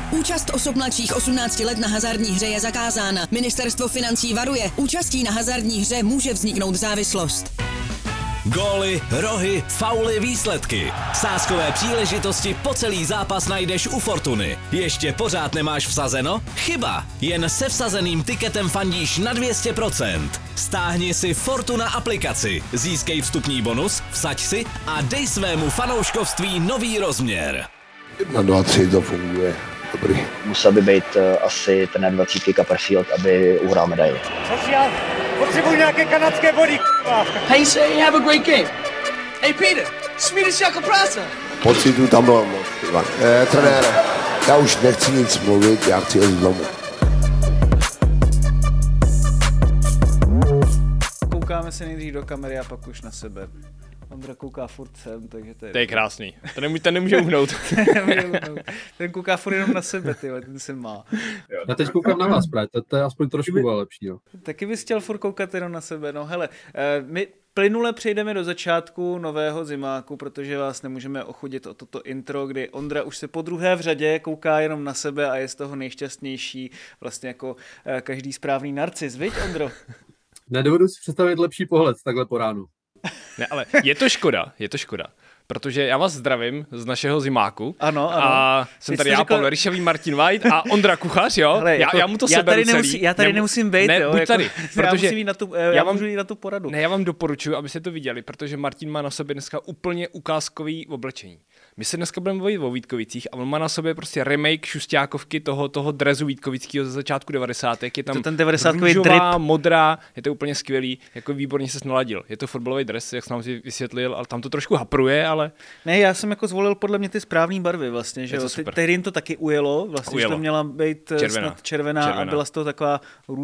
Účast osob mladších 18 let na hazardní hře je zakázána. Ministerstvo financí varuje, účastí na hazardní hře může vzniknout závislost. Góly, rohy, fauly, výsledky. Sázkové příležitosti po celý zápas najdeš u Fortuny. Ještě pořád nemáš vsazeno? Chyba! Jen se vsazeným tiketem fandíš na 200%. Stáhni si Fortuna aplikaci, získej vstupní bonus, vsaď si a dej svému fanouškovství nový rozměr. 1, 2, 3 to funguje. Dobrý. Musel by být asi ten 20 Copperfield, aby uhrál medaili. Potřebuji nějaké kanadské body, Hey, say have a great game. Hey, Peter, Swedish jako práce. Pocitu tam bylo moc. Trenére, já už nechci nic mluvit, já chci jít domů. Koukáme se nejdřív do kamery a pak už na sebe. Ondra kouká furt sem, takže to je krásný. Ten nemůže uhnout. Ten kouká furt jenom na sebe, ten se má. Já teď koukám na vás, právě, to je aspoň trošku lepší. Jo. Taky bys chtěl furt koukat jenom na sebe. No hele, my plynule přejdeme do začátku nového zimáku, protože vás nemůžeme ochudit o toto intro, kdy Ondra už se podruhé v řadě kouká jenom na sebe a je z toho nejšťastnější, vlastně jako každý správný narcis, viď, Ondro? Nedovedu si představit lepší pohled takhle po ránu. Ne, ale je to škoda, protože já vás zdravím z našeho zimáku. Ano. A jsem tady Pavel Ryšavý, Martin White a Ondra Kuchař, jo? Hele, já mu to seberu celý. Já tady nemusím být, ne, jo? Buď jako, tady, protože já můžu jít na tu poradu. Ne, já vám doporučuji, abyste to viděli, protože Martin má na sobě dneska úplně ukázkový oblečení. My se dneska budeme bavit o Vítkovicích a on má na sobě prostě remake šustákovky toho dresu Vítkovického ze začátku 90. Je tam ten 90kový růžová, drip. modrá, je to úplně skvělý, jako výborně se naladil. Je to fotbalový dres, jak jsem vám vysvětlil, ale tam to trošku hapruje, ale... Ne, já jsem jako zvolil podle mě ty správné barvy vlastně, že jo. Tehdy jim to taky ujelo, vlastně, že to měla být snad červená a byla z toho taková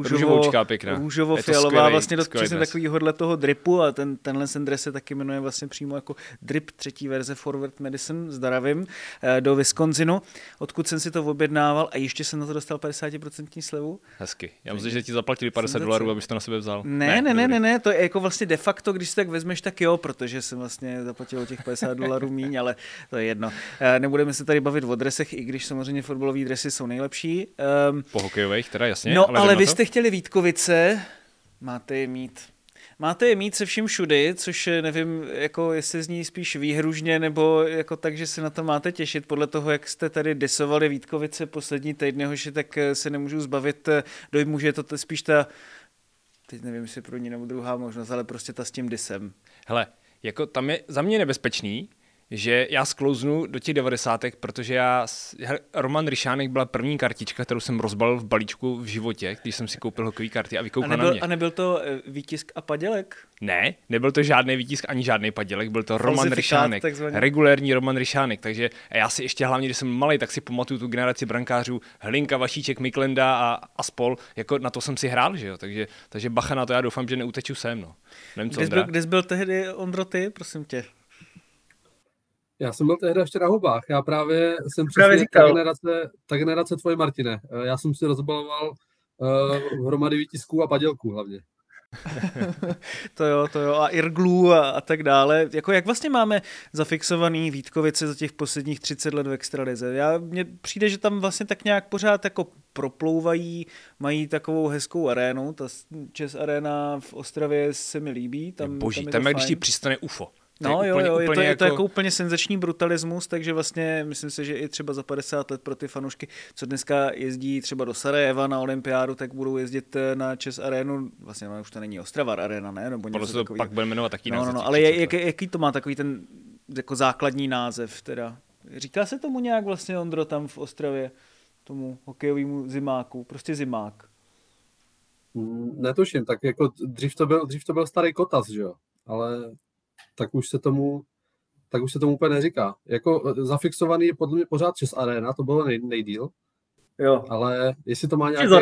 růžovo-fialová, vlastně do takovýhodle toho dripu a tenhle dres se taky jmenuje vlastně přímo jako drip, třetí verze Forward Medicine, zdravím, do Wisconsinu, odkud jsem si to objednával a ještě jsem na to dostal 50% slevu. Hezky. Já myslím, že ti zaplatili $50, abys to na sebe vzal. Ne, to je jako vlastně de facto, když si tak vezmeš, tak jo, protože jsem vlastně zaplatil těch $50 míň, ale to je jedno. Nebudeme se tady bavit o dresech, i když samozřejmě fotbalové dresy jsou nejlepší. Po hokejových teda, jasně. No, ale vy jste chtěli Vítkovice, máte je mít se vším všudy, což nevím, jako jestli zní spíš výhružně, nebo jako tak, že se na to máte těšit. Podle toho, jak jste tady disovali Vítkovice poslední týdny, hoši, tak se nemůžu zbavit dojmu, že je to spíš ta, teď nevím, jestli pro ní nebo druhá možnost, ale prostě ta s tím disem. Hele, jako tam je za mě nebezpečný, že já sklouznu do těch 90, protože Roman Ryšánek byla první kartička, kterou jsem rozbalil v balíčku v životě, když jsem si koupil hokejové karty a vykoukal na mě. A nebyl to výtisk a padělek? Ne, nebyl to žádný výtisk ani žádný padělek, byl to Roman Ryšánek, regulérní Roman Ryšánek, takže já si ještě hlavně, když jsem malej, tak si pamatuju tu generaci brankářů Hlinka, Vašíček, Miklenda a spol, jako na to jsem si hrál, že jo, takže bacha na to, já doufám, že neuteču sem, no. Nevím, co kde jsi byl tehdy, Ondro, ty, prosím tě? Já jsem byl tehdy ještě na hubách, já právě jsem přesně ta generace tvoje, Martine. Já jsem si rozbaloval hromady výtisků a padělků hlavně. To jo, a Irglů a tak dále. Jako jak vlastně máme zafixovaný Vítkovice za těch posledních 30 let v extralize? Mně přijde, že tam vlastně tak nějak pořád jako proplouvají, mají takovou hezkou arénu, ta ČEZ Arena v Ostravě se mi líbí. Tam je když ti přistane UFO. No jo, je to jako úplně senzační brutalismus, takže vlastně myslím si, že i třeba za 50 let pro ty fanoušky, co dneska jezdí třeba do Sarajeva na olympiádu, tak budou jezdit na ČEZ Arenu, vlastně už to není Ostravar Arena, ne? Nebo něco takový. Pak bude jmenovat taky název. No, ale jaký to má takový ten jako základní název teda? Říká se tomu nějak vlastně, Ondro, tam v Ostravě, tomu hokejovému zimáku, prostě zimák? Netuším, tak jako dřív to byl starý Kotas, že jo, ale tak už se tomu úplně neříká. Jako zafixovaný je podle mě pořád ČEZ Arena, to bylo nejdýl. Jo. Ale jestli to má nějaký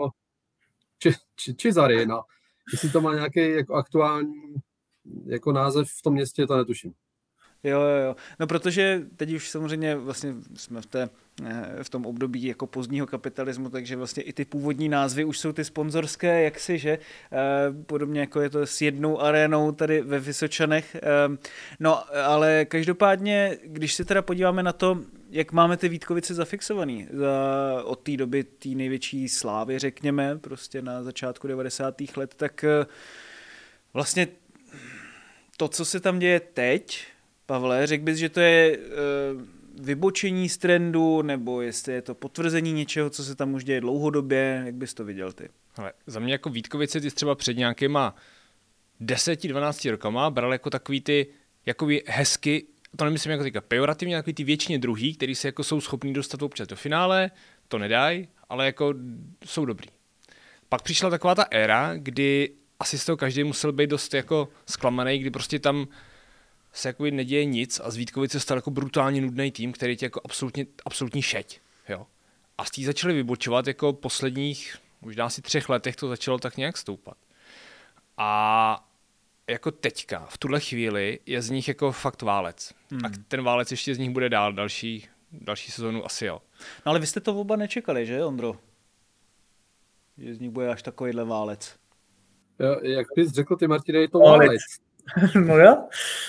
ČEZ Arena, jestli to má nějaký jako aktuální jako název v tom městě, to netuším. Jo. No protože teď už samozřejmě vlastně jsme v tom období jako pozdního kapitalismu, takže vlastně i ty původní názvy už jsou ty sponzorské, jaksi, že? Podobně jako je to s jednou arénou tady ve Vysočanech. No, ale každopádně, když si teda podíváme na to, jak máme ty Vítkovice zafixovaný od té doby té největší slávy, řekněme, prostě na začátku 90. let, tak vlastně to, co se tam děje teď, Pavle, řekl bys, že to je vybočení z trendu, nebo jestli je to potvrzení něčeho, co se tam už děje dlouhodobě, jak bys to viděl ty? Ale za mě jako Vítkovice ty třeba před nějakýma 10-12 rokama bral jako takový ty jakoby hezky, to nemyslím jako teďka pejorativně, takový ty věčně druhý, který se jako jsou schopní dostat občas do finále, to nedají, ale jako jsou dobrý. Pak přišla taková ta éra, kdy asi z toho každý musel být dost jako zklamaný, kdy prostě tam se jako neděje nic a z Vítkovice stal jako brutálně nudný tým, který je jako absolutní šeť. Jo? A z té začali vybočovat jako posledních, možná asi 3 letech to začalo tak nějak stoupat. A jako teďka, v tuhle chvíli je z nich jako fakt válec. A ten válec ještě z nich bude dál další sezonu asi jo. No ale vy jste to oba nečekali, že Ondro? Že z nich bude až takovýhle válec. Jo, jak bys řekl ty, Martine, je to válec. No jo.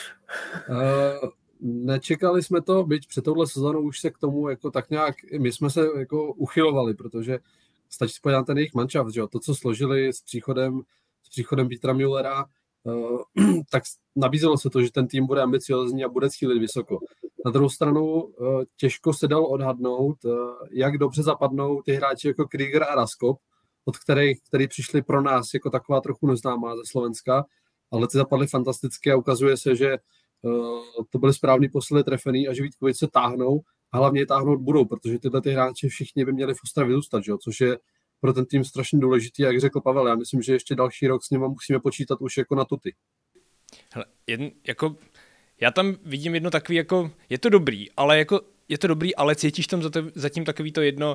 Nečekali jsme to, byť před touhle sezónou už se k tomu jako tak nějak, my jsme se jako uchylovali, protože stačí spojit na ten jejich manšaft, že jo, to, co složili s příchodem Petra Müllera, tak nabízelo se to, že ten tým bude ambiciozní a bude cílit vysoko. Na druhou stranu těžko se dalo odhadnout, jak dobře zapadnou ty hráči jako Krieger a Raskop, od který přišli pro nás jako taková trochu neznámá ze Slovenska, ale ty zapadly fantasticky a ukazuje se, že to byly správný posily trefený a že Vítkovice táhnou a hlavně táhnout budou, protože tyhle ty hráči všichni by měli v Ostravě zůstat, že? Což je pro ten tým strašně důležitý, jak řekl Pavel. Já myslím, že ještě další rok s ním musíme počítat už jako na tuty. Hele, já tam vidím jedno takový, jako, je to dobrý, ale cítíš tam zatím takový to jedno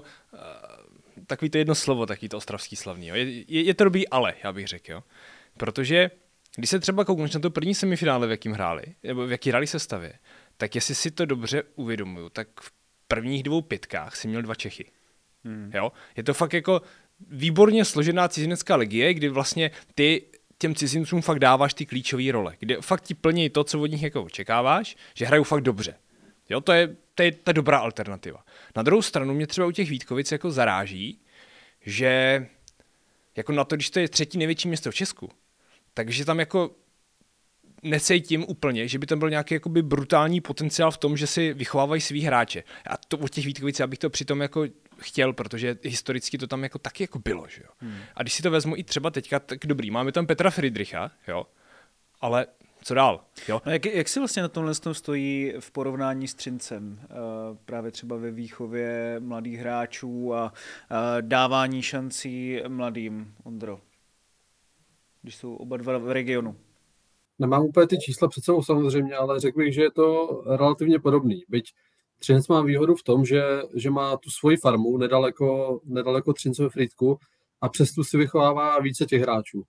slovo, takový to ostravský slavný. Jo? Je to dobrý, ale, já bych řekl, jo. Protože když se třeba koukneš na to první semifinále, v jakým hráli, nebo v jaký hráli sestavě, tak jestli si to dobře uvědomuju, tak v prvních 2 pětkách si měl 2 Čechy. Jo? Je to fakt jako výborně složená cizinecká legie, kdy vlastně ty těm cizincům fakt dáváš ty klíčové role, kde fakt ti plní to, co od nich jako očekáváš, že hrajou fakt dobře. Jo? To je ta dobrá alternativa. Na druhou stranu mě třeba u těch Vítkovic jako zaráží, že jako na to, když to je 3. největší město v Česku, takže tam jako necítím úplně, že by tam byl nějaký jakoby brutální potenciál v tom, že si vychovávají svý hráče. A to od těch Vítkovic, já bych to přitom jako chtěl, protože historicky to tam jako taky jako bylo, že jo. A když si to vezmu i třeba teďka, tak dobrý, máme tam Petra Friedricha, jo, ale co dál, jo. No jak si vlastně na tomhle stojí v porovnání s Třincem, právě třeba ve výchově mladých hráčů a dávání šancí mladým, Ondro? Když jsou oba dva v regionu. Nemám úplně ty čísla před sebou samozřejmě, ale řekl bych, že je to relativně podobný. Byť Třinec má výhodu v tom, že má tu svoji farmu nedaleko Třincové Frýdku a přesto si vychovává více těch hráčů.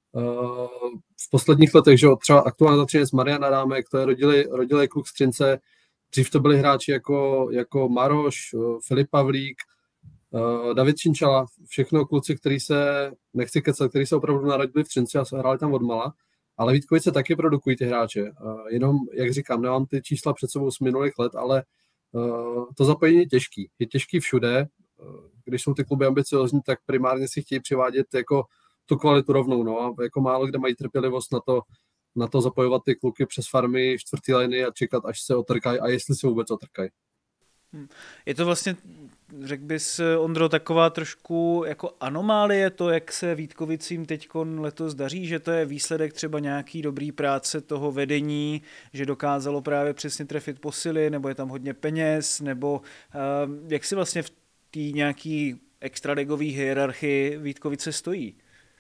V posledních letech, že třeba aktuálně za Třinec Marian Adámek, to je rodilý kluk z Třince, dřív to byli hráči jako Maroš, Filip Pavlík, David Činčala, všechno kluci, který se, nechci kecat, který se opravdu narodili v Třinci a hráli tam odmala, ale Vítkovice taky produkují ty hráče. Jenom, jak říkám, nemám ty čísla před sebou z minulých let, ale to zapojení je těžký. Je těžký všude. Když jsou ty kluby ambiciozní, tak primárně si chtějí přivádět jako tu kvalitu rovnou. No, a jako málo kde mají trpělivost na to zapojovat ty kluky přes farmy, 4. liny a čekat, až se otrkají a jestli se vůbec otrkají. Je to vlastně, řekl bys, Ondro, taková trošku jako anomálie to, jak se Vítkovicím teďkon letos daří, že to je výsledek třeba nějaký dobrý práce toho vedení, že dokázalo právě přesně trefit posily, nebo je tam hodně peněz, nebo jak si vlastně v té nějaký extraligové hierarchii Vítkovice stojí?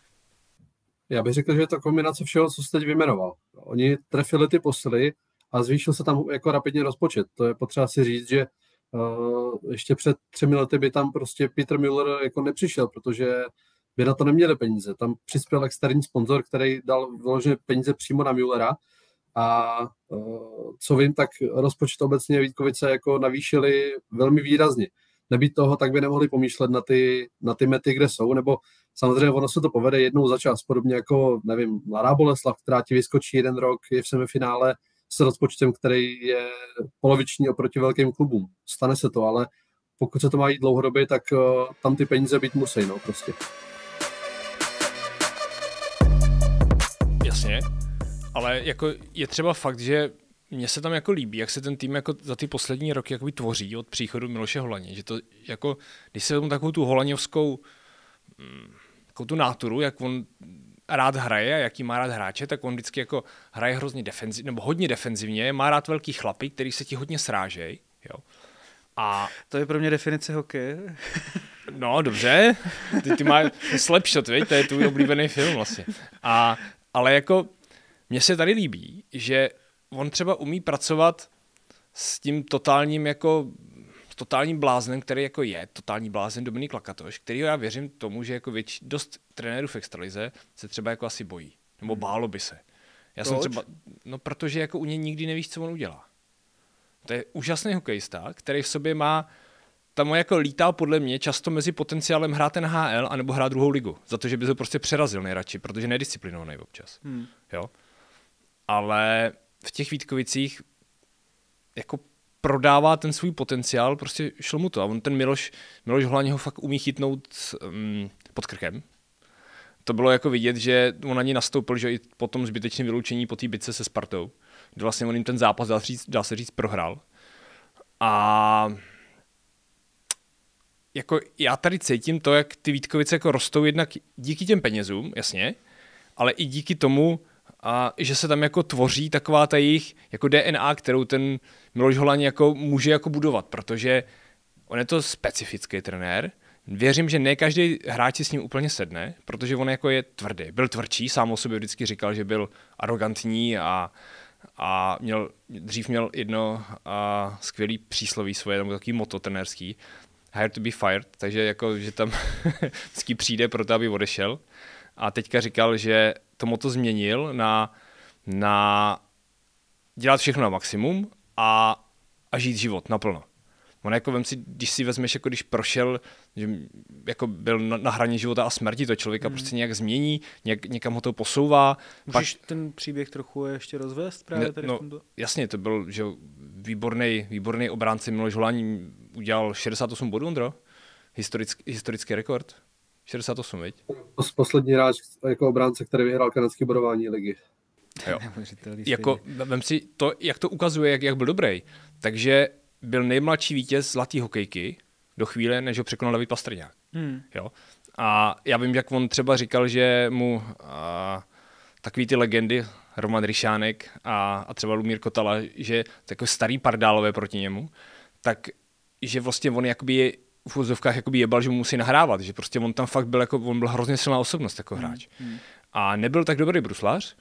Já bych řekl, že je to kombinace všeho, co jsi teď vyjmenoval. Oni trefili ty posily a zvýšil se tam jako rapidně rozpočet. To je potřeba si říct, že ještě před 3 lety by tam prostě Peter Müller jako nepřišel, protože by na to neměli peníze. Tam přispěl externí sponzor, který dal vyloženě peníze přímo na Müllera a co vím, tak rozpočet obecně Vítkovice jako navýšili velmi výrazně. Nebýt toho, tak by nemohli pomýšlet na ty mety, kde jsou, nebo samozřejmě ono se to povede jednou za čas, podobně jako, nevím, Mladá Boleslav, která ti vyskočí jeden rok, je v semifinále, s rozpočtem, který je poloviční oproti velkým klubům. Stane se to, ale pokud se to má jít dlouhodobě, tak tam ty peníze být musí, no prostě. Jasně, ale jako je třeba fakt, že mně se tam jako líbí, jak se ten tým jako za ty poslední roky jakoby tvoří od příchodu Miloše Holaně, že to jako, když se vezmu takovou tu holaněvskou takovou tu náturu, jak on rád hraje a jaký má rád hráče, tak on vždycky jako hraje hrozně defenzivně, nebo hodně defenzivně, má rád velký chlapy, který se ti hodně srážej, jo. A to je pro mě definice hokeje. No, dobře, ty máš Slapshot, viď? To je tvůj oblíbený film vlastně. Ale jako, mně se tady líbí, že on třeba umí pracovat s tím totálním bláznem, který jako je totální blázen Dominik Lakatoš, kterýho já věřím tomu, že jako dost trenérů v extralize se třeba jako asi bojí. Nebo bálo by se. Já jsem třeba, no protože jako u něj nikdy nevíš, co on udělá. To je úžasný hokejista, který v sobě má, tam jako lítá podle mě často mezi potenciálem hrát NHL anebo hrát druhou ligu. Za to, že by se prostě přerazil nejradši, protože nedisciplinovaný občas. Jo? Ale v těch Vítkovicích jako prodává ten svůj potenciál, prostě šlo mu to. A on ten Miloš Holaň ho fakt umí chytnout pod krkem. To bylo jako vidět, že on na něj nastoupil, že i po tom zbytečném vyloučení po té bitce se Spartou, kde vlastně on jim ten zápas, dá se říct, prohrál. A jako já tady cítím to, jak ty Vítkovice jako rostou jednak díky těm penězům, jasně, ale i díky tomu, že se tam jako tvoří taková ta jejich jako DNA, kterou ten Miloš Holaň jako může jako budovat, protože on je to specifický trenér. Věřím, že ne každý hráč si s ním úplně sedne, protože on jako je tvrdý. Byl tvrdší, sám o sobě vždycky říkal, že byl arrogantní a dřív měl jedno skvělý přísloví svoje, nebo takový motto trenérský, hire to be fired, takže jako, že tam vždycky přijde pro to, aby odešel. A teďka říkal, že to motto změnil na dělat všechno na maximum a žít život naplno. On jako vem si, když si vezmeš, jako když prošel, že jako byl na hraně života a smrti, to člověka prostě nějak změní, někam ho to posouvá. Můžeš ten příběh trochu ještě rozvést právě tady v tomto? Jasně, to byl že výborný obránce Miloš Holaň, udělal 68 bodů, Ondro? Historický rekord. 68, viď? Poslední hráč jako obránce, který vyhrál kanadské bodování ligy. Jo. Jako, vem si to, jak to ukazuje, jak byl dobrý. Takže byl nejmladší vítěz zlatý hokejky do chvíle, než ho překonal David Pastrňák. Jo? A já vím, jak on třeba říkal, že mu takový ty legendy, Roman Ryšánek a třeba Lumír Kotala, že takový starý pardálové proti němu, tak že vlastně on jakoby je v úzovkách jakoby jebal, že mu musí nahrávat, že prostě on tam fakt byl jako, on byl hrozně silná osobnost jako hráč. A nebyl tak dobrý bruslař,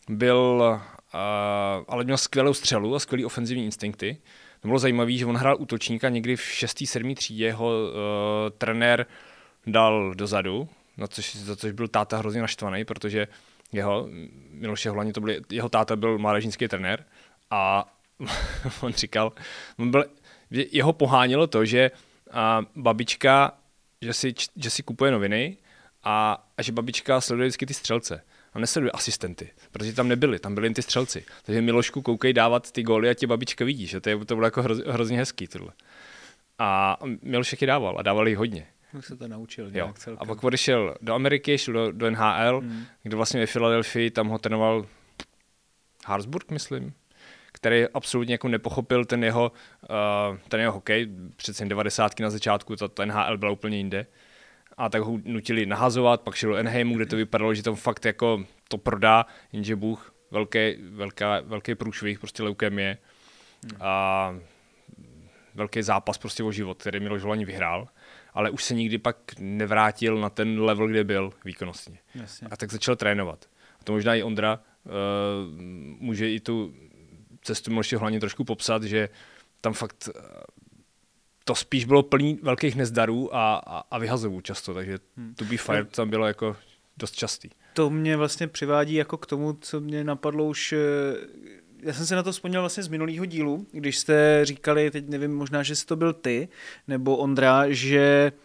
ale měl skvělou střelu a skvělý ofenzivní instinkty. To bylo zajímavé, že on hrál útočníka, někdy v 6. 7. třídě ho trenér dal dozadu, za což byl táta hrozně naštvaný, protože Miloše Holaně, jeho táta byl mládežnický trenér a on říkal, jeho pohánilo to, že babička, že si kupuje noviny a že babička sleduje vždycky ty střelce. A nesleduje asistenty, protože tam nebyli, tam byli jen ty střelci. Takže Milošku, koukej dávat ty góly a tě babička vidí, že to bylo jako hrozně hezký tohle. A Milošek je dával a dával jí hodně. Jak se to naučil nějak celkem. A pak odešel do Ameriky, šel do NHL, kde vlastně ve Filadelfii, tam ho trénoval Harsburg, myslím, který absolutně jako nepochopil ten jeho hokej, přece 90. na začátku, ta NHL byla úplně jinde. A tak ho nutili nahazovat, pak šel do Anaheimu, kde to vypadalo, že tam fakt jako to prodá, jenže Bůh, velký průšvih, prostě leukemie a velký zápas prostě o život, který Miloš Holaň vyhrál, ale už se nikdy pak nevrátil na ten level, kde byl výkonnostně. Jasně. A tak začal trénovat. A to možná i Ondra může i tu cestu Miloše Holaně trošku popsat, že tam fakt to spíš bylo plný velkých nezdarů a vyhazovů často, takže to be fired tam bylo jako dost častý. To mě vlastně přivádí jako k tomu, co mě napadlo už, já jsem se na to vzpomněl vlastně z minulého dílu, když jste říkali, teď nevím, možná, že jsi to byl ty, nebo Ondra, že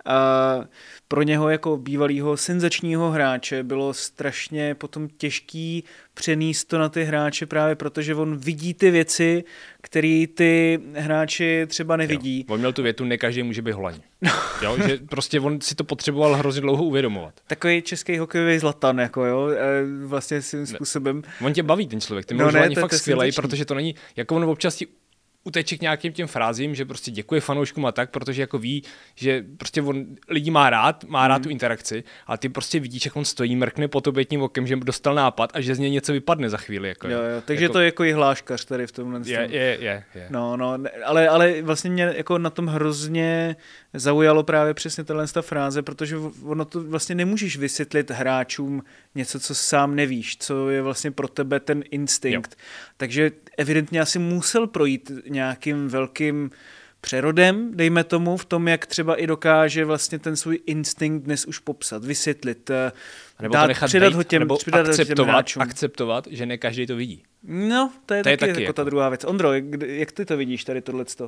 A pro něho jako bývalýho senzačního hráče bylo strašně potom těžký přenést to na ty hráče právě protože on vidí ty věci, které ty hráči třeba nevidí. Jo. On měl tu větu, ne každý může být Holaň. Jo, že prostě on si to potřeboval hrozně dlouho uvědomovat. Takový český hokejový Zlatan, jako jo, vlastně svým způsobem. On tě baví ten člověk, ten je fakt skvělej, protože to není, jako on občas ti uteče k nějakým těm frázím, že prostě děkuje fanouškům a tak, protože jako ví, že prostě on lidi má rád tu interakci, ale ty prostě vidíš, jak on stojí, mrkne po tobě tím okem, že dostal nápad a že z něj něco vypadne za chvíli. Jako, jo, takže jako, to je jako i hláškař tady v tomhle. Je. No, ale vlastně mě jako na tom hrozně zaujalo právě přesně tato fráze, protože ono to vlastně nemůžeš vysvětlit hráčům něco, co sám nevíš, co je vlastně pro tebe ten instinkt. Jo. Takže evidentně asi musel projít nějakým velkým přerodem, dejme tomu, v tom, jak třeba i dokáže vlastně ten svůj instinkt dnes už popsat, vysvětlit, nebo dát, předat ho těm akceptovat, že ne každý to vidí. No, to je taky jako ta druhá věc. Ondro, jak ty to vidíš tady tohleto?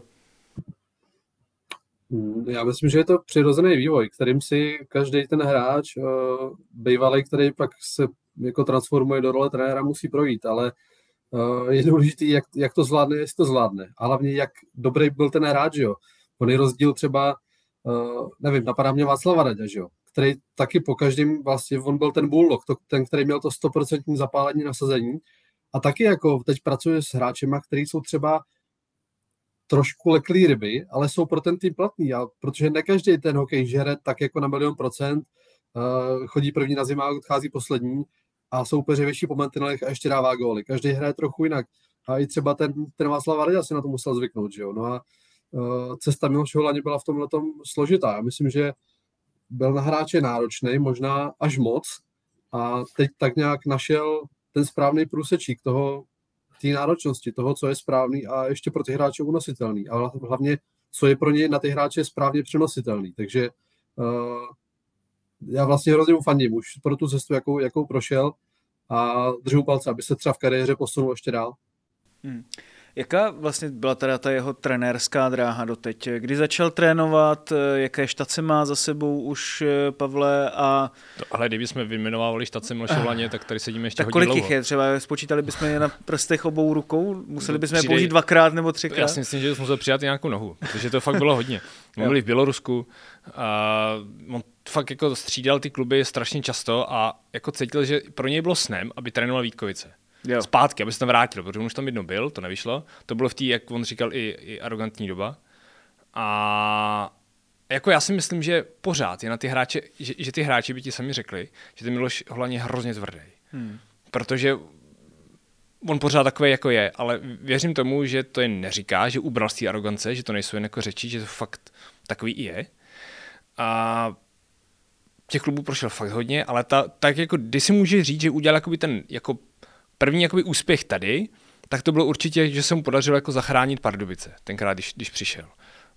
Já myslím, že je to přirozený vývoj, kterým si každý ten hráč, bývalý, který pak se jako transformuje do role trenéra, musí projít, ale je důležitý, jak to zvládne, jestli to zvládne. A hlavně, jak dobrý byl ten hráč, jo. On je rozdíl třeba, nevím, napadá mě Václava Raďa, jo, který taky po každém, vlastně on byl ten bulldog, ten, který měl to 100% zapálení nasazení. A taky jako teď pracuje s hráčema, který jsou třeba trošku leklý ryby, ale jsou pro ten tým platný, protože ne každý ten hokej žere tak jako na 1,000,000%, chodí první na zima a odchází poslední a soupeř je větší po mantinelech a ještě dává góly. Každý hraje trochu jinak. A i třeba ten Václav Varda si na to musel zvyknout, že jo. No a cesta Miloše Holaně byla v tomhletom složitá. Já myslím, že byl na hráče náročný, možná až moc a teď tak nějak našel ten správný průsečík té náročnosti, toho, co je správný a ještě pro ty hráče unositelný. A hlavně, co je pro ně na ty hráče správně přenositelný. Takže já vlastně hrozně mu fandím už pro tu cestu, jakou prošel a držu palce, aby se třeba v kariéře posunul ještě dál. Jaká vlastně byla teda ta jeho trenérská dráha doteď? Kdy začal trénovat, jaké štace má za sebou už Pavle a... Ale kdybychom vyjmenovali štace Miloše Holaně, tak tady sedíme ještě tak hodně dlouho. Tak kolik jich je? Třeba spočítali bychom je na prstech obou rukou? Museli bychom je použít 2x nebo 3x? Já si myslím, že musel přijat i nějakou nohu, protože to fakt bylo hodně. My byli v Bělorusku a on fakt jako střídal ty kluby strašně často a jako cítil, že pro něj bylo snem, aby trénoval Vítkovice. Jo. Zpátky, aby se tam vrátil, protože on už tam jednou byl, to nevyšlo. To bylo v té, jak on říkal, i arrogantní doba. A jako já si myslím, že pořád je na ty hráče, že ty hráči by ti sami řekli, že ten Miloš Holan je hrozně tvrdý. Protože on pořád takový, jako je, ale věřím tomu, že to jen neříká, že ubral z té arogance, že to nejsou jen jako řeči, že to fakt takový i je. A těch klubů prošel fakt hodně, ale tak jako, když si může říct, že udělal jakoby ten jako první jakoby úspěch tady, tak to bylo určitě, že se mu podařilo jako zachránit Pardubice, tenkrát, když přišel.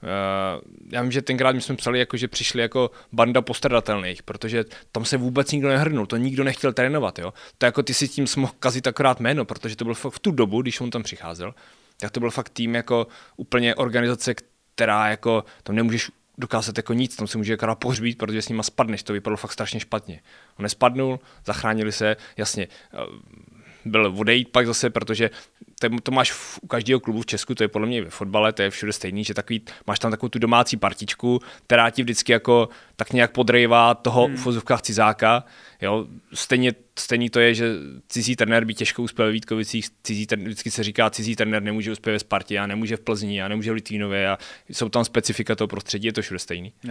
Já vím, že tenkrát my jsme psali, jako, že přišli jako banda postradatelných, protože tam se vůbec nikdo nehrnul, to nikdo nechtěl trénovat. Jo? To jako ty si tím mohl kazit akorát jméno, protože to bylo fakt v tu dobu, když on tam přicházel, tak to byl fakt tým jako úplně organizace, která jako tam nemůžeš dokázat jako nic, tam se může akorát pohřbít, protože s nima spadneš, to vypadalo fakt strašně špatně. On nespadnul, zachránili se, jasně, byl odejít pak zase, protože to máš u každého klubu v Česku, to je podle mě ve fotbale, to je všude stejný, že máš tam takovou tu domácí partičku, která ti vždycky jako tak nějak podrejvá toho v uvozovkách cizáka. Jo? Stejně to je, že cizí trenér by těžko uspěl v Vítkovicích, vždycky se říká, cizí trenér nemůže uspět ve Spartě a nemůže v Plzni a nemůže v Litvínově a jsou tam specifika toho prostředí, je to všude stejný. Jo.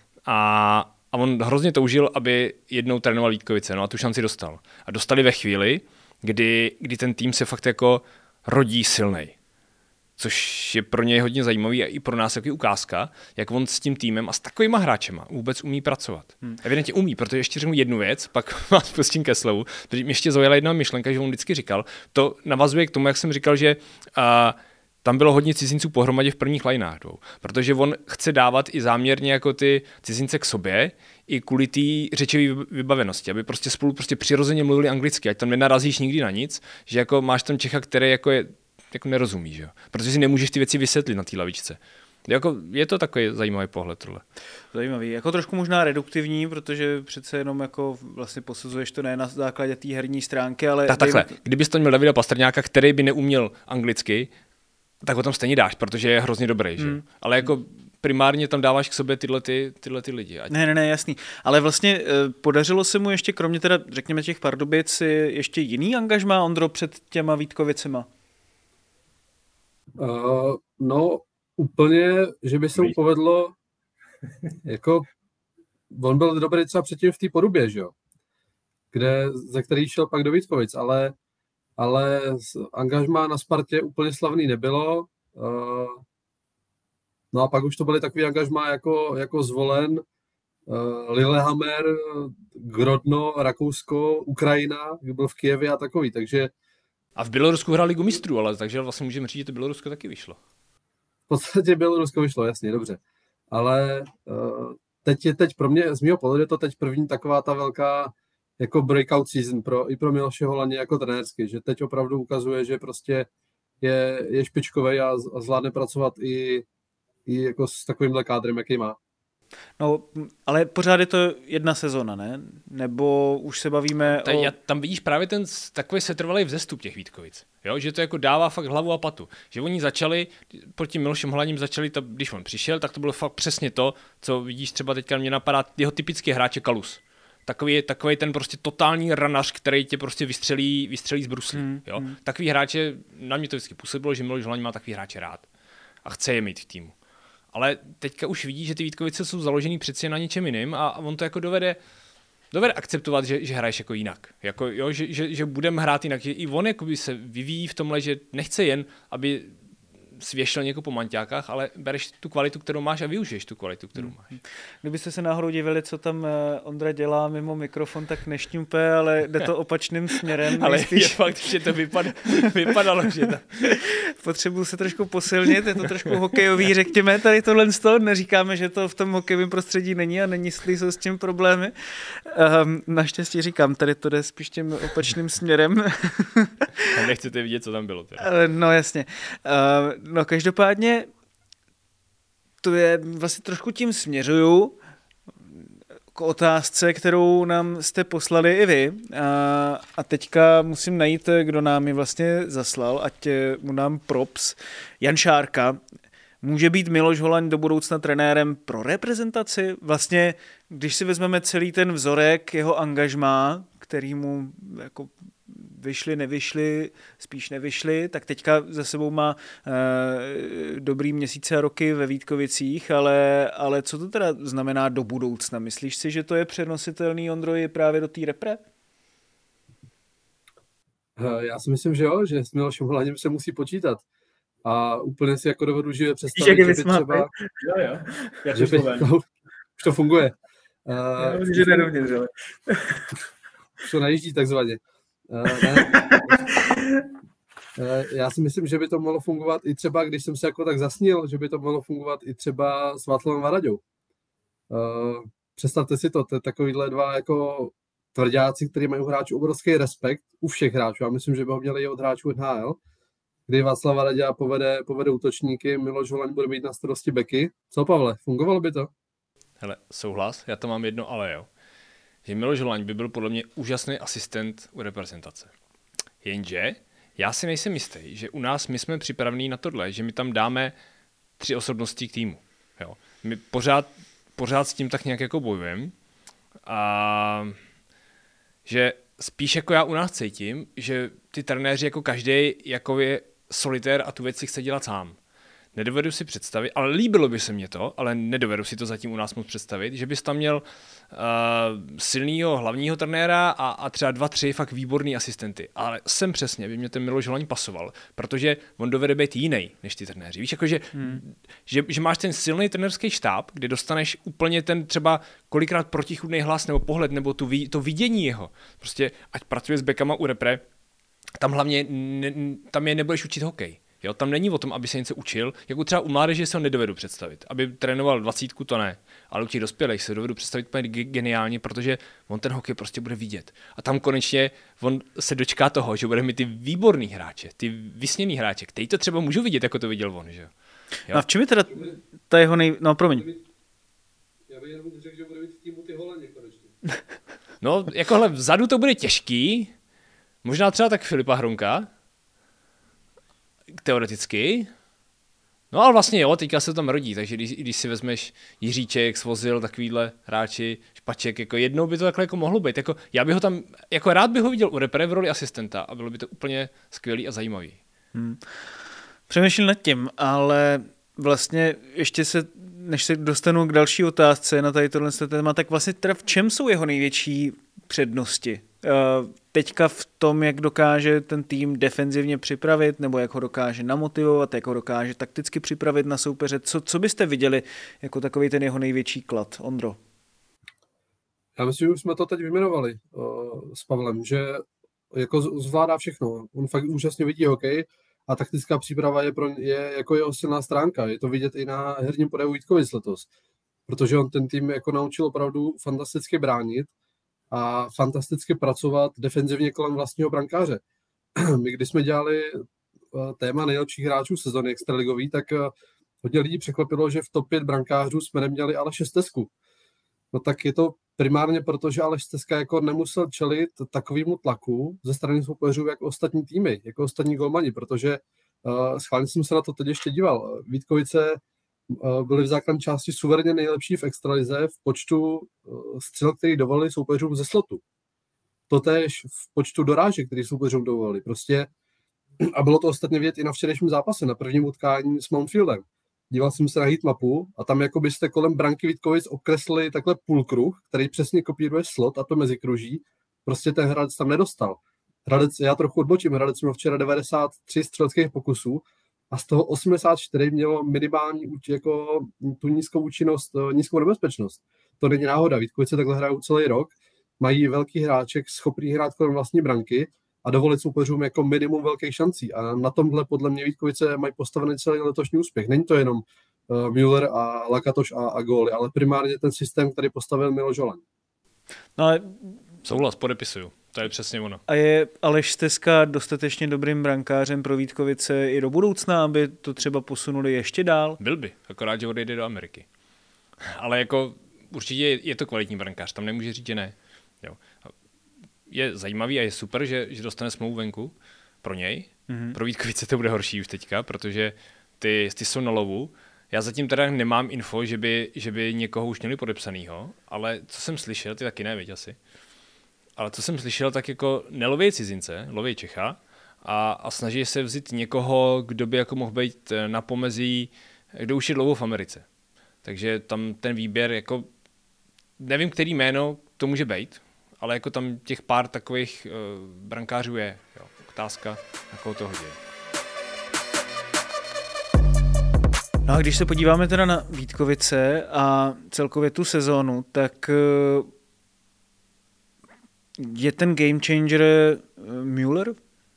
A on hrozně toužil, aby jednou trénoval Vítkovice, no a tu šanci dostal. A dostali ve chvíli, kdy ten tým se fakt jako rodí silnej. Což je pro něj hodně zajímavý a i pro nás takový ukázka, jak on s tím týmem a s takovýma hráčema vůbec umí pracovat. Evidentně umí, protože ještě řeknu jednu věc, pak vás pustím ke slovu, protože mě ještě zaujala jedna myšlenka, že on vždycky říkal, to navazuje k tomu, jak jsem říkal, že tam bylo hodně cizinců pohromadě v prvních lineách, protože on chce dávat i záměrně jako ty cizince k sobě, i kvůli té řečové vybavenosti, aby prostě spolu přirozeně mluvili anglicky, ať tam nenarazíš nikdy na nic, že jako máš tam Čecha, který jako nerozumí, že jo? Protože si nemůžeš ty věci vysvětlit na té lavičce. Jako, je to takový zajímavý pohled tohle. Zajímavý, jako trošku možná reduktivní, protože přece jenom jako vlastně posuzuješ to ne na základě té herní stránky, ale... Tak takhle, kdybys to měl Davida Pastrňáka, který by neuměl anglicky, tak ho tam stejně dáš, protože je hrozně dobrý, že? Ale jako primárně tam dáváš k sobě tyhle lidi. Ne, jasný. Ale vlastně podařilo se mu ještě, kromě teda, řekněme, těch Pardubic, ještě jiný angažmá, Ondro, před těma Vítkovicema? No, úplně, že by se mu povedlo, jako, on byl dobrý třeba předtím v té Porubě, že jo? Ze který šel pak do Vítkovic, ale angažmá na Spartě úplně slavný nebylo. No a pak už to byly takový angažmá jako Zvolen, Lillehammer, Grodno, Rakousko, Ukrajina, kdy byl v Kyjevě a takový, takže... A v Bělorusku hrál Ligu mistrů, ale takže vlastně můžeme říct, že to Bělorusko taky vyšlo. V podstatě Bělorusko vyšlo, jasně, dobře. Ale teď pro mě, z mého pohledu je to teď první taková ta velká jako breakout season i pro Miloše Holaně jako trenérsky, že teď opravdu ukazuje, že prostě je špičkovej a zvládne pracovat i jako s takovýmhle kádrem, jaký má. No, ale pořád je to jedna sezona, ne? Nebo už se bavíme o... Tam vidíš právě ten takový setrvalý vzestup těch Vítkovic. Jo? Že to jako dává fakt hlavu a patu. Že oni začali, proti Milošem Holaním začali, když on přišel, tak to bylo fakt přesně to, co vidíš třeba teďka mě napadá jeho typický hráč Kalus. Takový ten prostě totální ranař, který tě prostě vystřelí z bruslí. Jo? Takový hráče, na mě to vždycky působilo, že Miloš Holaň má takový hráče rád. A chce je mít v týmu. Ale teďka už vidí, že ty Vítkovice jsou založený přeci na něčem jiným a on to jako dovede akceptovat, že hraješ jako jinak. Jako, jo, že budeme hrát jinak. Že i on jakoby se vyvíjí v tomhle, že nechce jen, aby svěšel někoho po manťákách, ale bereš tu kvalitu, kterou máš a využiješ tu kvalitu, kterou máš. Kdybyste se náhodou divili, co tam Ondra dělá mimo mikrofon, tak nešťupe, ale jde to opačným směrem. Ale je fakt, že to vypadalo, že to... Potřebuji se trošku posilnit, je to trošku hokejový, řekněme, tady tohle z toho, neříkáme, že to v tom hokejovém prostředí není a není, jestli jsou s tím problémy. Naštěstí říkám, tady to jde spíš tím opačným směrem. A nechcete vidět, co tam bylo. Teda. No jasně. No každopádně to je vlastně trošku tím směřuju k otázce, kterou nám jste poslali i vy. A teďka musím najít, kdo nám ji vlastně zaslal, ať mu dám props. Jan Šárka. Může být Miloš Holaň do budoucna trenérem pro reprezentaci? Vlastně, když si vezmeme celý ten vzorek jeho angažmá, který mu jako vyšly, spíš nevyšly, tak teďka za sebou má dobrý měsíce a roky ve Vítkovicích, ale co to teda znamená do budoucna? Myslíš si, že to je přenositelný, Ondro, právě do té repre? Já si myslím, že jo, že s Milošem Holaním se musí počítat. A úplně si jako dovedu, že představit, že by třeba... Jo. Že by, už to funguje. Já myslím, že nedovnitř, ale... Už to najíždí takzvaně. Já si myslím, že by to mohlo fungovat i třeba, když jsem se jako tak zasnil, že by to mohlo fungovat i třeba s Václavem Varaďou. Představte si to, takovýhle dva jako tvrdáci, kteří mají u hráčů obrovský respekt, u všech hráčů. Já myslím, že by ho měli i od hráčů NHL, kdy Václav Varaďa povede útočníky, Miloš Holaň bude mít na starosti beky. Co, Pavle, fungovalo by to? Hele, souhlas, já to mám jedno ale, jo. Že Miloš Holaň by byl podle mě úžasný asistent u reprezentace. Jenže já si nejsem jistý, že u nás my jsme připravení na tohle, že my tam dáme 3 osobnosti k týmu. Jo. My pořád s tím tak nějak jako bojujeme a že spíš jako já u nás cítím, že ty trenéři jako každý jako je solitér a tu věc si chce dělat sám. Nedovedu si představit, ale líbilo by se mě to, ale nedovedu si to zatím u nás moc představit, že bys tam měl silného hlavního trenéra a třeba 2-3 fakt výborný asistenty. Ale jsem přesně, by mě ten Miloš Holaň pasoval, protože on dovede být jiný než ty trenéři. Víš, jako že máš ten silný trenérský štáb, kde dostaneš úplně ten třeba kolikrát protichůdný hlas nebo pohled, nebo to vidění jeho. Prostě ať pracuje s bekama u repre, tam hlavně tam je nebudeš učit hokej. Jo, tam není o tom, aby se něco učil, jako třeba u mládeže se ho nedovedu představit. Aby trénoval 20, to ne, ale u těch dospělých se dovedu představit úplně geniálně, protože on ten hokej prostě bude vidět. A tam konečně on se dočká toho, že bude mít ty výborný hráče, ty vysněný hráče, kteří to třeba můžou vidět, jako to viděl on, že? Jo? A v čem je teda ta jeho No, promiň. Já bych jenom řekl, že bude mít v týmu ty Holandě konečně. No, jakohle vzadu to bude těžký. Možná třeba tak Filipa Hronka. Teoreticky. No ale vlastně jo, teďka se to tam rodí, takže když si vezmeš Jiříček, Svozil, takovýhle hráči, Špaček, jako jednou by to takhle jako mohlo být. Jako, já bych ho tam, jako rád bych ho viděl u repre v roli asistenta a bylo by to úplně skvělý a zajímavý. Přemýšlím nad tím, ale vlastně ještě než se dostanu k další otázce na tady tohle téma, tak vlastně teda v čem jsou jeho největší přednosti? Teďka v tom, jak dokáže ten tým defenzivně připravit, nebo jak ho dokáže namotivovat, jak ho dokáže takticky připravit na soupeře. Co byste viděli jako takový ten jeho největší klad, Ondro? Já myslím, že už jsme to teď vyjmenovali s Pavlem, že jako zvládá všechno. On fakt úžasně vidí hokej a taktická příprava je jako jeho silná stránka. Je to vidět i na herním projevu Vítkovic letos, protože on ten tým jako naučil opravdu fantasticky bránit a fantasticky pracovat defenzivně kolem vlastního brankáře. My, když jsme dělali téma nejlepších hráčů sezony extraligový, tak hodně lidí překvapilo, že v top 5 brankářů jsme neměli Aleš Stesku. No tak je to primárně proto, že Aleš Steska jako nemusel čelit takovému tlaku ze strany soupeřů jako ostatní týmy, jako ostatní golmani, protože schválně jsem se na to teď ještě díval. Vítkovice byly v základní části suverénně nejlepší v extralize v počtu střel, který dovolili soupeřům ze slotu. Totéž v počtu dorážek, který soupeřům dovolili. Prostě, a bylo to ostatně vidět i na včerejším zápase, na prvním utkání s Mountfieldem. Díval jsem se na heatmapu a tam jako byste kolem branky Vítkovic okreslili takhle půlkruh, který přesně kopíruje slot a to mezikruží. Prostě ten Hradec tam nedostal. Hradec, já trochu odbočím, Hradec měl včera 93 střeleckých pokusů a z toho 84 mělo minimální jako tu nízkou účinnost, nízkou nebezpečnost. To není náhoda, Vítkovice takhle hrajou celý rok, mají velký hráček, schopný hrát kolem vlastní branky a dovolit soupeřům jako minimum velkých šancí. A na tomhle podle mě Vítkovice mají postavený celý letošní úspěch. Není to jenom Müller a Lakatoš a góly, ale primárně ten systém, který postavil Miloš Holan. No ale... Souhlas, podepisuju. To je přesně ono. A je Aleš Steska dostatečně dobrým brankářem pro Vítkovice i do budoucna, aby to třeba posunuli ještě dál? Byl by, akorát, že odejde do Ameriky. Ale jako určitě je to kvalitní brankář, tam nemůže říct, že ne. Jo. Je zajímavý a je super, že dostane smlouvu venku pro něj. Mm-hmm. Pro Vítkovice to bude horší už teďka, protože ty jsou na lovu. Já zatím teda nemám info, že by někoho už měli podepsanýho, ale co jsem slyšel, ty taky nevíš asi, ale co jsem slyšel, tak jako neloví cizince, loví Čecha a snaží se vzít někoho, kdo by jako mohl být na pomezí, kdo už je dlouho v Americe. Takže tam ten výběr, jako nevím, který jméno to může být, ale jako tam těch pár takových brankářů je. Jo. Otázka, na koho to hodí. No a když se podíváme teda na Vítkovice a celkově tu sezónu, tak je ten game changer Müller?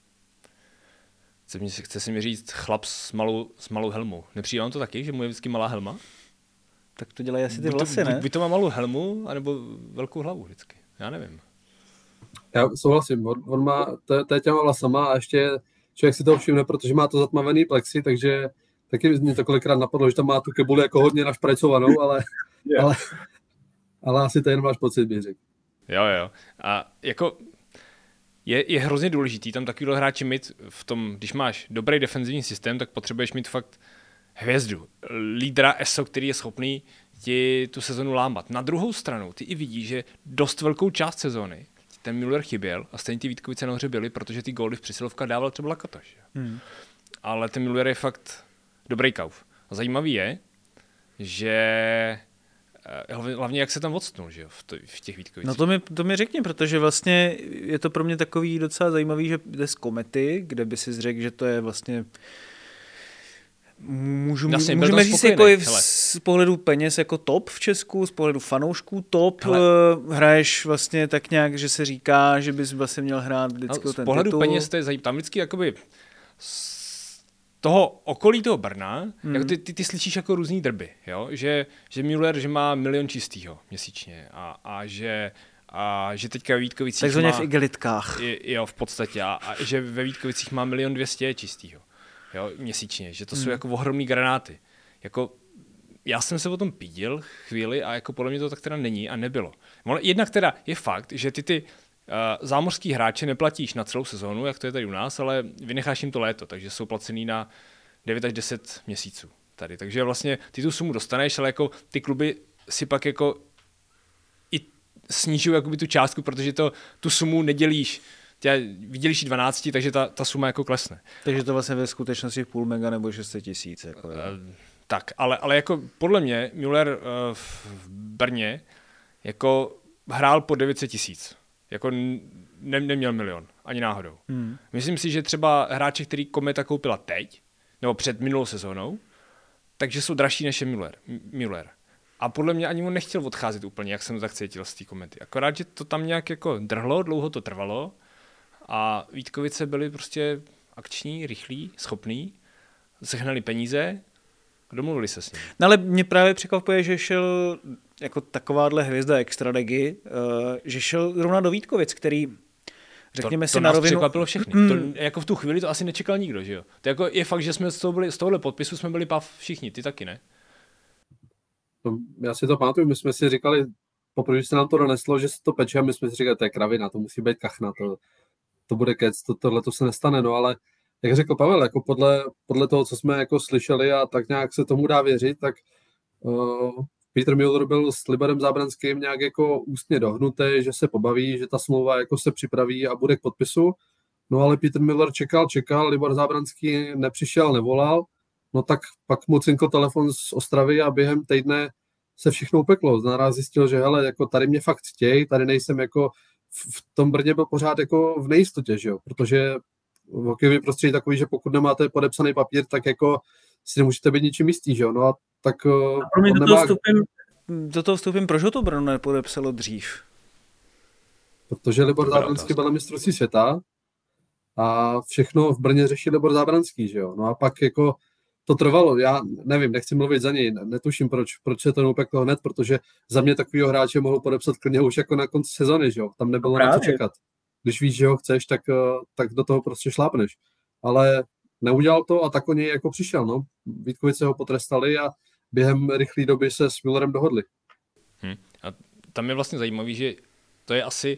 Chce si mi říct chlap s malou helmou. Nepřijde vám to taky, že mu je vždycky malá helma? Tak to dělají asi ty vlasy, ne? Buď to má malou helmu, anebo velkou hlavu vždycky. Já nevím. Já souhlasím. On má těma vlasama a ještě člověk si toho všimne, protože má to zatmavený plexi, takže taky mě to kolikrát napadlo, že tam má tu kebuli jako hodně našprajcovanou, ale asi to jen máš pocit, bych řekl. Jo. A jako je hrozně důležitý tam takovýhle hráči mít v tom, když máš dobrý defenzivní systém, tak potřebuješ mít fakt hvězdu, lídra ESO, který je schopný ti tu sezonu lámat. Na druhou stranu, ty i vidíš, že dost velkou část sezony ten Müller chyběl a stejně ty Vítkovice nahoře byly, protože ty góly v přesilovkách dával třeba Lakatoš. Ale ten Müller je fakt dobrý kauf. A zajímavý je, že hlavně jak se tam odstnul, že jo, v těch Vítkovicích. No to mi řekni, protože vlastně je to pro mě takový docela zajímavý, že jde z Komety, kde by si řekl, že to je vlastně můžeme říct jako i z pohledu peněz jako top v Česku, z pohledu fanoušků top. Hraješ vlastně tak nějak, že se říká, že bys vlastně měl hrát vždycky ten titul. Z pohledu peněz to je zajímavé. Tam vždycky jakoby z toho okolí toho Brna, jako ty slyšíš jako různý drby, jo? Že Müller, že má 1 milion čistýho měsíčně a že teďka ve Vítkovicích takzvaně v igelitkách. Jo, v podstatě. A že ve Vítkovicích má 1 200 000 čistýho. jo, měsíčně, že to jsou jako ohromný granáty. Jako, já jsem se o tom pídil chvíli a jako podle mě to tak teda není a nebylo. Jednak teda je fakt, že ty zámořský hráče neplatíš na celou sezónu, jak to je tady u nás, ale vynecháš jim to léto, takže jsou placený na 9 až 10 měsíců tady. Takže vlastně ty tu sumu dostaneš, ale jako ty kluby si pak jako i snižují jakoby tu částku, protože tu sumu nedělíš. Vydělíš 12, takže ta suma jako klesne. Takže to vlastně ve skutečnosti 0,5 mega nebo 600 000. Jako, tak, ale jako podle mě Müller v Brně jako hrál po 900 000. Jako neměl milion, ani náhodou. Myslím si, že třeba hráči, který Kometa koupila teď, nebo před minulou sezónou, takže jsou dražší než je Müller. A podle mě ani on nechtěl odcházet úplně, jak jsem to tak cítil z té Komety. Akorát, že to tam nějak jako drhlo, dlouho to trvalo a Vítkovice byli prostě akční, rychlí, schopní, sehnali peníze a domluvili se s ním. No ale mě právě překvapuje, že šel jako takováhle hvězda extraligy, že šel zrovna do Vítkovic, který řekněme si na rovinu. To nás překvapilo všechny. To, jako v tu chvíli to asi nečekal nikdo, že jo? To jako je fakt, že jsme z tohohle podpisu jsme byli všichni, ty taky, ne? Já si to pamatuju, my jsme si říkali, poprvé se nám to doneslo, že se to peče a my jsme si říkali, to je kravina, to musí být kachna, to bude kec, tohle to se nestane, no ale jak řekl Pavel, jako podle toho, co jsme jako slyšeli a tak nějak se tomu dá věřit, tak Peter Müller byl s Liborem Zábranským nějak jako ústně dohnutý, že se pobaví, že ta smlouva jako se připraví a bude k podpisu. No ale Peter Müller čekal, Libor Zábranský nepřišel, nevolal, no tak pak mu cinkl telefon z Ostravy a během týdne se všechno upeklo. Naraz zjistil, že hele, jako tady mě fakt chtějí, tady nejsem jako v tom Brně byl pořád jako v nejistotě, že jo, protože v hokejovém prostředí takový, že pokud nemáte podepsaný papír, tak jako si nemůžete být ničím jistý, že jo, no a tak... A pro mě do toho vstupím, proč ho to Brno nepodepsalo dřív? Protože Libor Zábranský byl na mistrovství světa a všechno v Brně řeší Libor Zábranský, že jo, no a pak jako to trvalo, já nevím, nechci mluvit za něj, netuším, proč se to neupeklo hned, protože za mě takovýho hráče mohl podepsat klidně už jako na konci sezony, že jo, tam nebylo na co čekat. Když víš, že ho chceš, tak do toho prostě šlápneš. Ale neudělal to a tak o něj jako přišel, no. Vítkovice ho potrestali a během rychlé doby se s Müllerem dohodli. A tam je vlastně zajímavý, že to je asi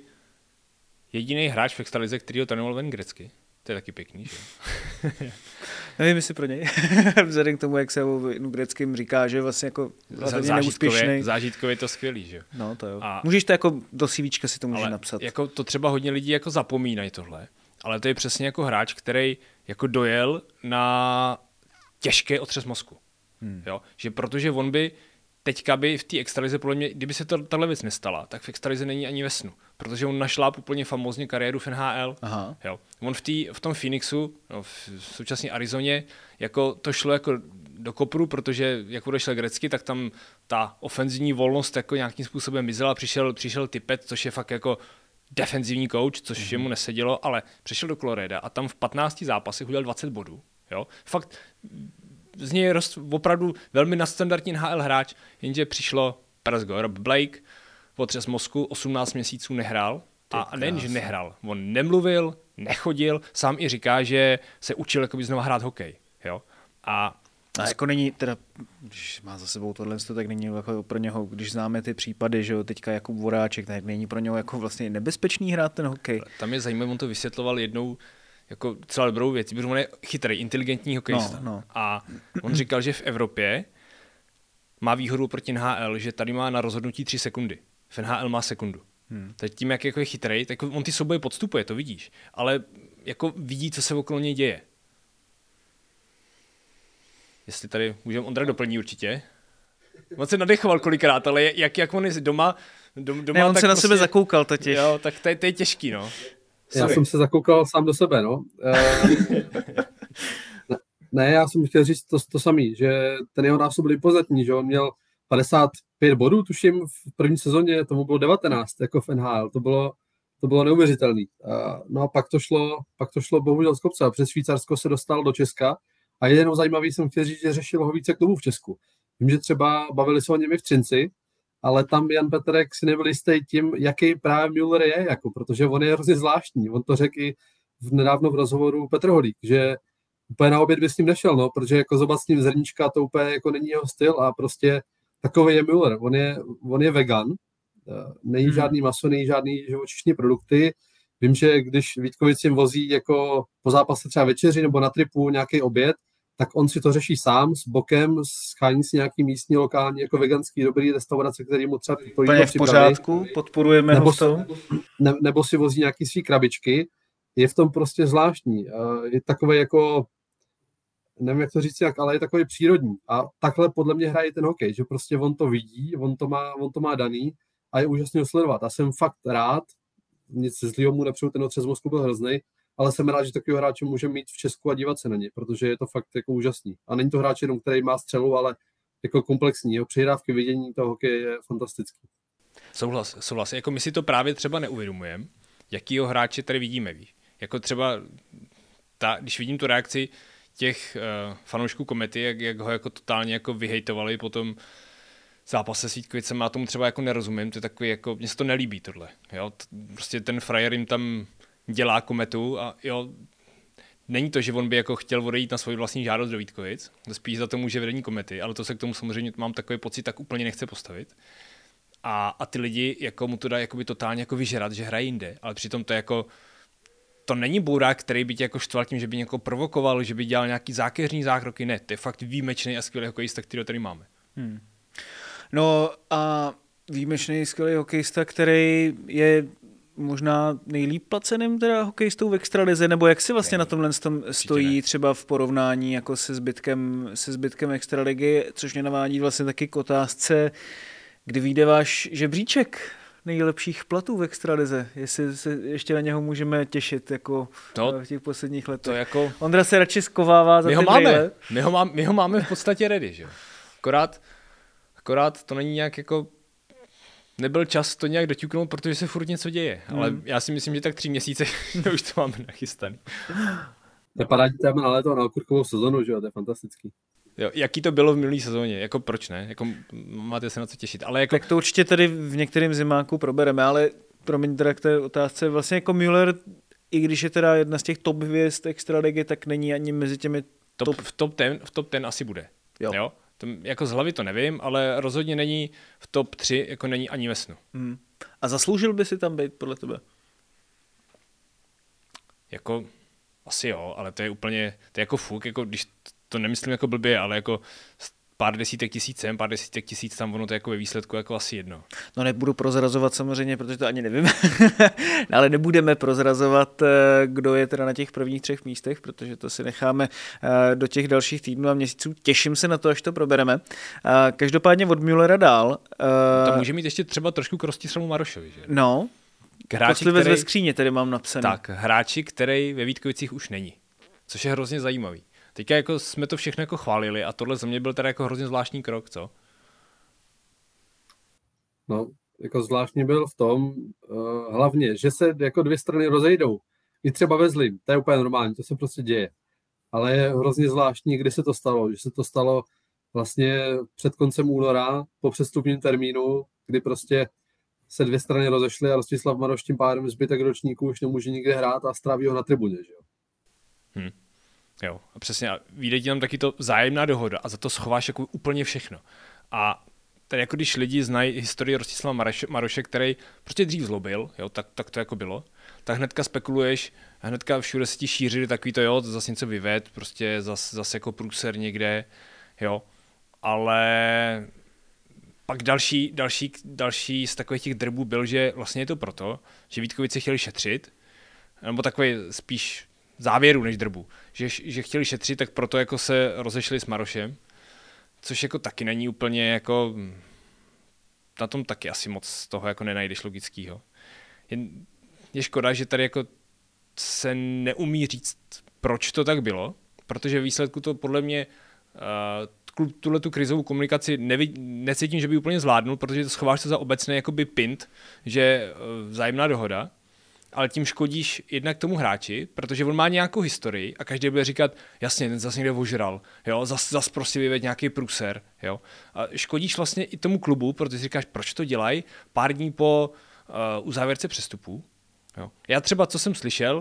jediný hráč v extralize, který ho trénoval Wayne Gretzky. To je taky pěkný, že jo? Nevím, jestli pro něj. Vzhledem k tomu, jak se o Gretzkym říká, že vlastně jako neúspěšný. Zážitkově je to skvělý, že jo? No to jo. Můžeš to jako do CVčka si to můžeš napsat. Jako to třeba hodně lidí jako zapomínají tohle, ale to je přesně jako hráč, který jako dojel na těžké otřes mozku. Jo? Že protože on by teďka by v té extralize, podle mě, kdyby se tahle věc nestala, tak v extralize není ani ve snu, protože on našláp úplně famózně kariéru v NHL. Jo. On v tom Phoenixu, no, v současné Arizoně, jako to šlo jako do kopru, protože jak odešel Gretzky, tak tam ta ofenzivní volnost jako nějakým způsobem mizela, přišel Tippett, což je fakt jako defenzivní coach, což jemu nesedělo, ale přišel do Colorada a tam v 15 zápasech udělal 20 bodů. Jo. Fakt z něj rost opravdu velmi nadstandardní NHL hráč, jenže přišlo Rob Blake, otřes mozku, 18 měsíců nehrál a nejen, že nehrál, on nemluvil, nechodil, sám i říká, že se učil jakoby znova hrát hokej. Jo? A jako není, teda, když má za sebou tohle, tak není jako pro něho, když známe ty případy, že jo, teďka Jakub Voráček, tak není pro něho jako vlastně nebezpečný hrát ten hokej. Tam je zajímavé, on to vysvětloval jednou jako celá dobrou věc, protože on je chytrý, inteligentní hokejista. No. A on říkal, že v Evropě má výhodu proti NHL, že tady má na rozhodnutí 3 sekundy. V NHL má sekundu. Teď tím, jak jako je chytrý, tak on ty souboje podstupuje, to vidíš. Ale jako vidí, co se okolo něj děje. Jestli tady můžeme, Ondra doplní určitě. On se nadechoval kolikrát, ale jak on je doma ne, on tak se na prostě, sebe zakoukal totiž. Jo, tak to je těžký, no. Já jsem se zakoukal sám do sebe, no. Ne, já jsem chtěl říct to samý, že ten jeho nástup byl impozantní, že on měl 55 bodů, tuším, v první sezóně, tomu bylo 19, jako v NHL, to bylo neuvěřitelný. No a pak to šlo bohužel z kopce a přes Švýcarsko se dostal do Česka a jenom zajímavý jsem chtěl říct, že řešil ho více klubů v Česku. Vím, že třeba bavili se o něm i v Třinci, ale tam Jan Petrek si nebyl jistý tím, jaký právě Müller je, jako, protože on je hrozně zvláštní. On to řekl i nedávno v rozhovoru Petr Holík, že úplně na oběd by s ním nešel, no, protože jako zobat s ním zrníčka, to úplně jako není jeho styl a prostě takový je Müller. On je vegan, není žádný maso, není žádný živočišní produkty. Vím, že když Vítkovic jim vozí jako po zápase třeba večeři nebo na tripu nějaký oběd, tak on si to řeší sám s bokem, schání si nějaký místní, lokální, jako veganský dobrý restaurace, který mu třeba to je v pořádku, podporujeme ho v tom. Nebo si vozí nějaký svý krabičky. Je v tom prostě zvláštní. Je takový jako, nevím, jak to říct jak, ale je takový přírodní. A takhle podle mě hraje ten hokej, že prostě on to vidí, on to má daný a je úžasně sledovat. A jsem fakt rád, nic zlýho mu nepřeju, ten otřes mozku byl hroznej, ale jsem rád, že takového hráče může mít v Česku a dívat se na ně, protože je to fakt jako úžasný. A není to hráč jenom, který má střelu, ale jako komplexní. Jeho přihrávky, vidění toho hokeje je fantastický. Souhlas. Jako my si to právě třeba neuvědomujeme, jakýho hráče tady vidíme, víš. Jako třeba, když vidím tu reakci těch fanoušků Komety, jak ho jako totálně jako vyhejtovali po tom zápase s Vítkovicem, a tomu třeba jako nerozumím, to je takový jako, mně se to nelíbí tohle, jo. Prostě ten frajer jim tam dělá Kometu a jo, není to, že on by jako chtěl odejít na svoji vlastní žádost do Vítkovic, spíš za to může vedení Komety, ale to se k tomu samozřejmě mám takový pocit, tak úplně nechce postavit. A ty lidi jako mu to dá jakoby totálně jako vyžrat, že hraje jinde, ale přitom to jako to není bourák, který by tě jako štval tím, že by někoho provokoval, že by dělal nějaký zákeřní zákroky, ne, to je fakt výjimečný a skvělý hokejista, který tady máme. No a výjimečný skvělý hokejista, který je možná nejlíp placeným teda hokejistou v extralize, nebo jak si vlastně na tomhle stojí třeba v porovnání jako se zbytkem extraligy, což mě navádí vlastně taky k otázce, kdy vyjde váš žebříček nejlepších platů v extralize, jestli se ještě na něho můžeme těšit jako v těch posledních letech. Jako... Ondra se radši skovává za my ho máme v podstatě ready, že jo. Akorát to není nějak jako nebyl čas to nějak doťuknout, protože se furt něco děje, ale já si myslím, že tak 3 měsíce už to máme nachystaný. Nepadá ti tam na léto na okurkovou sezonu, že jo, to je fantastický. Jo, jaký to bylo v minulý sezóně, jako proč ne, jako máte se na co těšit, ale jako... Tak to určitě tady v některém zimáku probereme, ale promiň teda k té otázce, vlastně jako Müller, i když je teda jedna z těch top hvězd extraligy, tak není ani mezi těmi v top 10 asi bude, jo? To, jako z hlavy to nevím, ale rozhodně není v top 3, jako není ani ve snu. A zasloužil by si tam být podle tebe? Jako, asi jo, ale to je úplně, to je jako fuk, jako když to nemyslím jako blbě, ale jako pár desítek tisíc sem, pár desítek tisíc tam, ono to jako ve výsledku jako asi jedno. No nebudu prozrazovat samozřejmě, protože to ani nevím, ale nebudeme prozrazovat, kdo je teda na těch prvních 3 místech, protože to si necháme do těch dalších týdnů a měsíců. Těším se na to, až to probereme. Každopádně od Müllera dál. To může mít ještě třeba trošku k Rostislavu Marošovi, že? No, Kostlivec ve skříně tady mám napsaný. Tak, hráči, který ve Vítkovicích už není, což je hrozně zajímavý. Teďka jako jsme to všechno jako chválili a tohle za mě byl teda jako hrozně zvláštní krok, co? No, jako zvláštní byl v tom hlavně, že se jako 2 strany rozejdou. I třeba ve Zlým, to je úplně normální, to se prostě děje. Ale je hrozně zvláštní, kdy se to stalo. Že se to stalo vlastně před koncem února, po přestupním termínu, kdy prostě se 2 strany rozešly a Rostislav Maroš tím pádem zbytek ročníků už nemůže nikde hrát a stráví ho na tribuně, že jo? Jo, a přesně, a vyjde ti tam taky to vzájemná dohoda a za to schováš jako úplně všechno. A tady jako když lidi znají historii Rostislava Maroše, který prostě dřív zlobil, jo, tak to jako bylo, tak hnedka spekuluješ, a hnedka všude se ti šířili takový to, jo, zase něco vyved, prostě zase jako průser někde, jo, ale pak další z takových těch drbů byl, že vlastně je to proto, že Vítkovice chtěli šetřit, nebo takový spíš závěru než drbu, že chtěli šetřit, tak proto jako se rozešli s Marošem, což jako taky není úplně jako, na tom taky asi moc z toho jako nenajdeš logickýho. Je škoda, že tady jako se neumí říct, proč to tak bylo, protože výsledku to podle mě tuhletu krizovou komunikaci necítím, že by úplně zvládnul, protože to schováš to za obecný jakoby pint, že vzájemná dohoda, ale tím škodíš jednak tomu hráči, protože on má nějakou historii a každý bude říkat, jasně, ten zase někde ožral, jo, zas prostě vyved nějaký průser, jo. A škodíš vlastně i tomu klubu, protože si říkáš, proč to dělají pár dní po uzávěrce přestupů, jo. Já třeba, co jsem slyšel,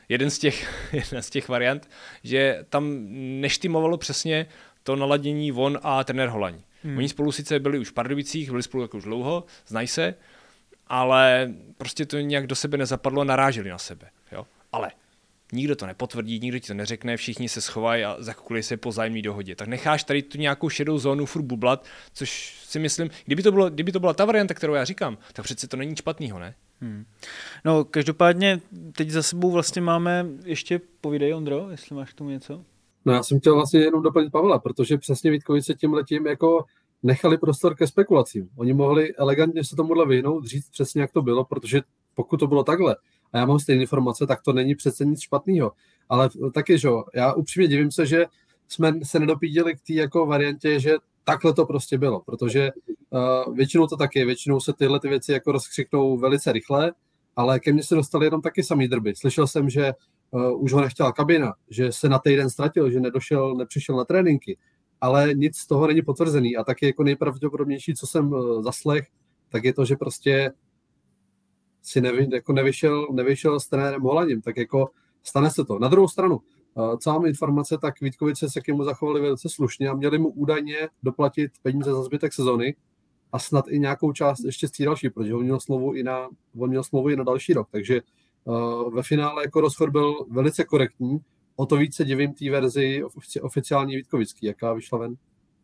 jedna z těch variant, že tam neštimovalo přesně to naladění on a trenér Holaň. Oni spolu sice byli už v Pardubicích, byli spolu jako už dlouho, znají se, ale prostě to nějak do sebe nezapadlo, naráželi na sebe. Jo? Ale nikdo to nepotvrdí, nikdo ti to neřekne, všichni se schovají a zakukuli se po vzájemné dohodě. Tak necháš tady tu nějakou šedou zónu furt bublat, což si myslím, kdyby to byla ta varianta, kterou já říkám, tak přece to není špatnýho, ne? No, každopádně teď za sebou vlastně máme ještě, povídej Ondro, jestli máš k tomu něco? No já jsem chtěl vlastně jenom doplnit Pavla, protože přesně Vítkovice tímhletím jako nechali prostor ke spekulacím. Oni mohli elegantně se tomuhle vyhnout, říct přesně, jak to bylo, protože pokud to bylo takhle, a já mám stejné informace, tak to není přece nic špatného. Ale taky, že já upřímně divím se, že jsme se nedopídili k té jako variantě, že takhle to prostě bylo, protože většinou to taky, většinou se tyhle ty věci jako rozkřiknou velice rychle, ale ke mně se dostali jenom taky samý drby. Slyšel jsem, že už ho nechtěla kabina, že se na týden ztratil, že nepřišel na tréninky, ale nic z toho není potvrzený a taky jako nejpravděpodobnější, co jsem zaslech, tak je to, že prostě si nevyšel s trenérem Holaním, tak jako stane se to. Na druhou stranu, co mám informace, tak Vítkovice se k němu zachovali velice slušně a měli mu údajně doplatit peníze za zbytek sezony a snad i nějakou část ještě z té další, protože on měl smlouvu i na další rok, takže ve finále jako rozchod byl velice korektní, o to více divím té verzi oficiální Vítkovický, jaká vyšla ven.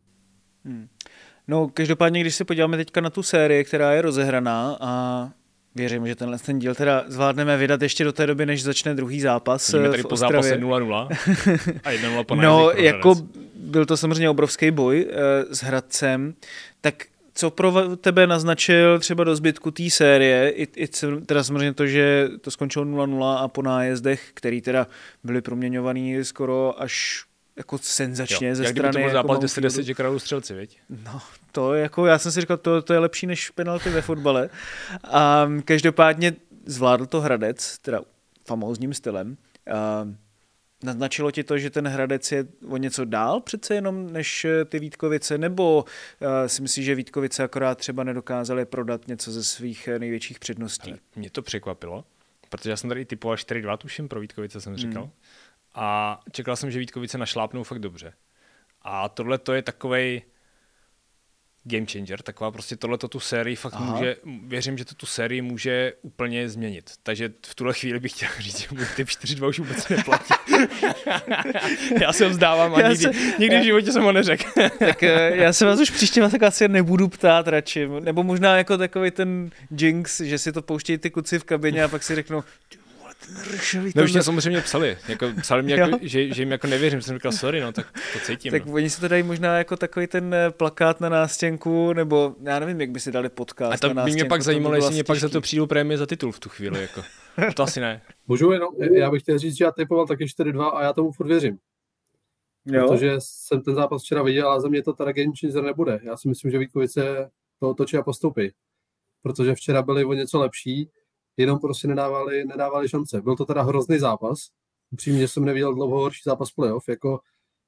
No, každopádně, když se podíváme teďka na tu sérii, která je rozehraná a věřím, že ten díl teda zvládneme vydat ještě do té doby, než začne druhý zápas. Vidíme tady po zápase 0-0 a 1-0 po nájezdech. No, jako byl to samozřejmě obrovský boj s Hradcem, tak co pro tebe naznačil třeba do zbytku té série, i teda samozřejmě to, že to skončilo 0-0 a po nájezdech, který teda byly proměňovaný skoro až jako senzačně ze strany. Jak kdyby to byl zápas 10-10, že kradou střelci, viď? No, to jako, já jsem si říkal, to je lepší než penalty ve fotbale. A každopádně zvládl to Hradec, teda famózním stylem. Naznačilo ti to, že ten Hradec je o něco dál přece jenom než ty Vítkovice, nebo si myslíš, že Vítkovice akorát třeba nedokázali prodat něco ze svých největších předností? Ale mě to překvapilo, protože já jsem tady typoval 4-2, tuším, pro Vítkovice jsem říkal. A čekal jsem, že Vítkovice našlápnou fakt dobře. A tohle to je takovej game changer, taková prostě tohleto tu sérii fakt může, věřím, že to tu sérii může úplně změnit. Takže v tuhle chvíli bych chtěl říct, že můj typ 4-2 už vůbec neplatí. Já se ho vzdávám a nikdy v životě jsem ho neřekl. Tak já se vás už příště tak asi nebudu ptát radši. Nebo možná jako takový ten jinx, že si to pouštějí ty kluci v kabině a pak si řeknou, no už mě samozřejmě psali mě, jako, že jim jako nevěřím, jsem říkal sorry, no tak to cítím. Tak oni si to dají možná jako takový ten plakát na nástěnku, nebo já nevím, jak by si dali podcast a to by mě pak zajímalo, jestli mě pak za to přijdou prémie za titul v tu chvíli, jako. To asi ne. Můžu jenom, já bych chtěl říct, že já typoval taky 4-2 a já tomu furt věřím. Jo? Protože jsem ten zápas včera viděl a za mě to teda game changer nebude. Já si myslím, že Vítkovice to otočí a postoupí. Protože včera byli o něco lepší, jenom prostě nedávali šance. Byl to teda hrozný zápas. Upřímně jsem neviděl dlouho horší zápas playoff. Jako,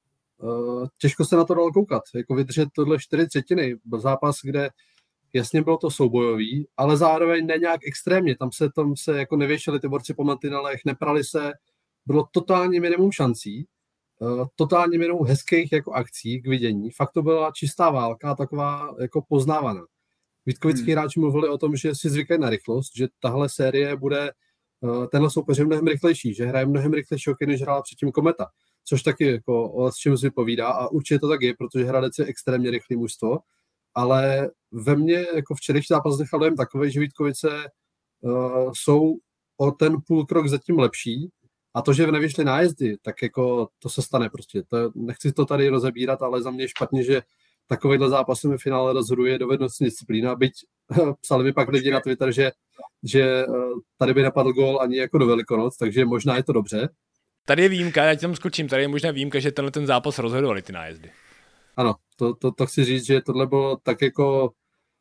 těžko se na to dalo koukat. Jako vydržet tohle 4/3. Byl zápas, kde jasně bylo to soubojový, ale zároveň ne nějak extrémně. Tam se jako nevěšeli ty borci po mantinelech, neprali se. Bylo totálně minimum šancí, totálně minimum hezkých jako akcí k vidění. Fakt to byla čistá válka, taková jako poznávaná. Vítkovický hráči mluvili o tom, že si zvykají na rychlost, že tahle série bude, tenhle soupeř je mnohem rychlejší, že hraje mnohem rychlejší hokej, než hrála předtím Kometa, což taky jako o čem si vypovídá a určitě to tak je, protože Hradec je extrémně rychlý mužstvo, ale ve mně jako včerejší zápas nechal dojem takovej, že Vítkovice jsou o ten půl krok zatím lepší a to, že nevyšly nájezdy, tak jako to se stane prostě. Nechci to tady rozebírat, ale za mě je špatně, že takovýhle zápasem ve finále rozhoduje dovednostní disciplína, byť psali mi pak lidi na Twitter, že tady by nepadl gól ani jako do Velikonoc, takže možná je to dobře. Tady je výjimka, já ti tam skočím, tady je možná výjimka, že ten zápas rozhodovali ty nájezdy. Ano, to chci říct, že tohle bylo tak jako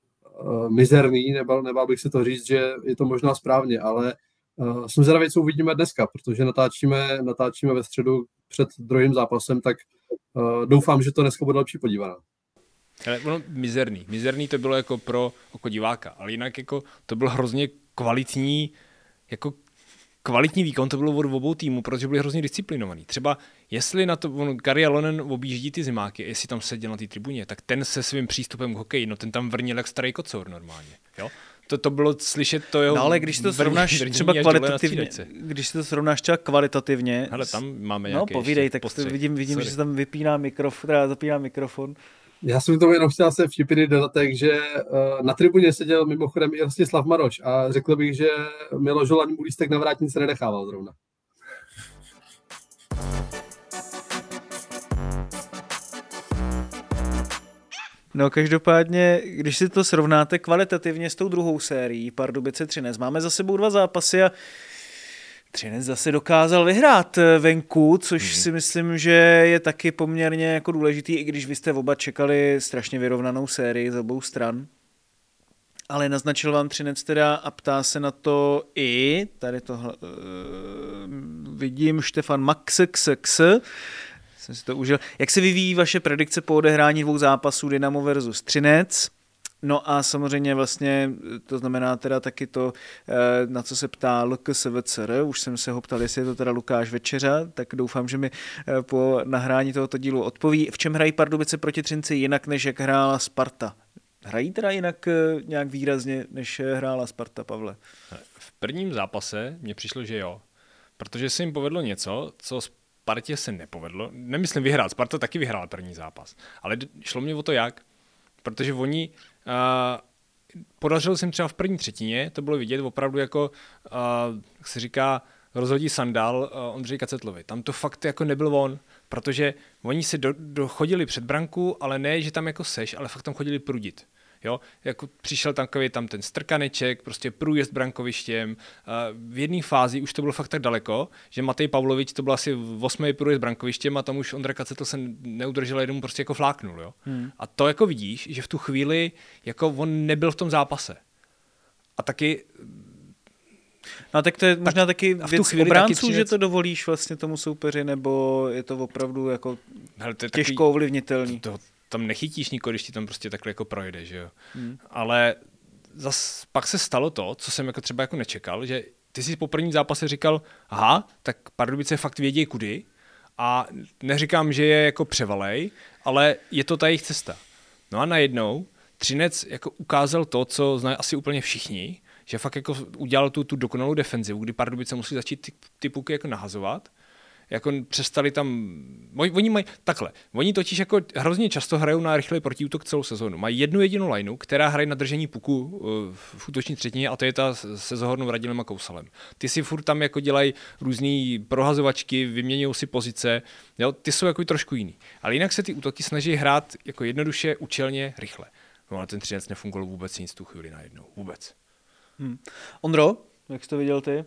mizerný, nebál bych si to říct, že je to možná správně, ale jsem zvědavý, co uvidíme dneska, protože natáčíme ve středu před druhým zápasem, tak doufám, že to dneska bude lepší podívaná. Ale ono mizerný to bylo jako pro oko diváka, ale jinak jako to bylo hrozně kvalitní jako kvalitní výkon to bylo od obou týmů, protože byli hrozně disciplinovaní. Třeba jestli na to Kari Jalonen objíždí ty zimáky, jestli tam seděl na té tribuně, tak ten se svým přístupem k hokeji, no ten tam vrnil jak starý kocour normálně. Jo? To bylo slyšet to jeho... No ale když to srovnáš třeba kvalitativně, když to srovnáš třeba kvalitativně... Hele, tam máme nějaký... No povídej, tak vidím, že se tam zapíná mikrofon. Já jsem tomu jenom chtěl se vtipný dodatek, že na tribuně seděl mimochodem i Rostislav Maroš a řekl bych, že Miloš Holan mu lístek na vrátnici nenechával zrovna. No každopádně, když si to srovnáte kvalitativně s tou druhou sérií Pardubice Třinec, máme za sebou 2 zápasy a Třinec zase dokázal vyhrát venku, což si myslím, že je taky poměrně jako důležitý, i když vy jste oba čekali strašně vyrovnanou sérii z obou stran. Ale naznačil vám Třinec teda a ptá se na to i, tady to vidím, Štefan Maxx, jsem si to užil. Jak se vyvíjí vaše predikce po odehrání 2 zápasů Dynamo versus Třinec? No a samozřejmě vlastně to znamená teda taky to, na co se ptá LKSVCR, už jsem se ho ptal, jestli je to teda Lukáš Večeřa, tak doufám, že mi po nahrání tohoto dílu odpoví. V čem hrají Pardubice proti Třinci jinak, než jak hrála Sparta? Hrají teda jinak nějak výrazně, než hrála Sparta, Pavle? V prvním zápase mně přišlo, že jo, protože se jim povedlo něco, co Spartě se nepovedlo. Nemyslím vyhrát, Sparta taky vyhrála první zápas, ale šlo mě o to jak, protože oni podařilo se jim třeba v první třetině, to bylo vidět opravdu jako, jak se říká, rozhodí sandál Ondřeji Kacetlovi. Tam to fakt jako nebyl on, protože oni si dochodili před branku, ale ne, že tam jako seš, ale fakt tam chodili prudit. Jo, jako přišel tam ten strkaneček, prostě průjezd brankovištěm. V jedné fázi už to bylo fakt tak daleko, že Matej Pavlovič, to byl asi 8. průjezd brankovištěm a tam už Ondra Kacetl se neudržel, jenom prostě jako fláknul. Jo? A to jako vidíš, že v tu chvíli jako on nebyl v tom zápase. A taky... No tak to je možná taky věc obránců, že to dovolíš vlastně tomu soupeři, nebo je to opravdu jako těžko ovlivnitelný? Tam nechytíš nikoho, když ti tam prostě takhle jako projde, že jo. Ale pak se stalo to, co jsem jako třeba jako nečekal, že ty jsi po prvním zápase říkal, aha, tak Pardubice fakt vědí kudy a neříkám, že je jako převalej, ale je to ta jejich cesta. No a najednou Třinec jako ukázal to, co znají asi úplně všichni, že fakt jako udělal tu dokonalou defenzivu, kdy Pardubice musí začít ty puky jako nahazovat. Jako přestali tam, oni mají takhle, oni totiž jako hrozně často hrajou na rychlý protiútok celou sezónu. Mají jednu jedinou lineu, která hraje na držení puku v útoční třetině a to je ta se Zohornou, Radilem a Kousalem. Ty si furt tam jako dělají různý prohazovačky, vyměňují si pozice, jo, ty jsou jako trošku jiný. Ale jinak se ty útoky snaží hrát jako jednoduše, účelně, rychle. No ale ten Třinec nefungoval vůbec nic tu chvíli najednou, vůbec. Ondro, jak jsi to viděl ty?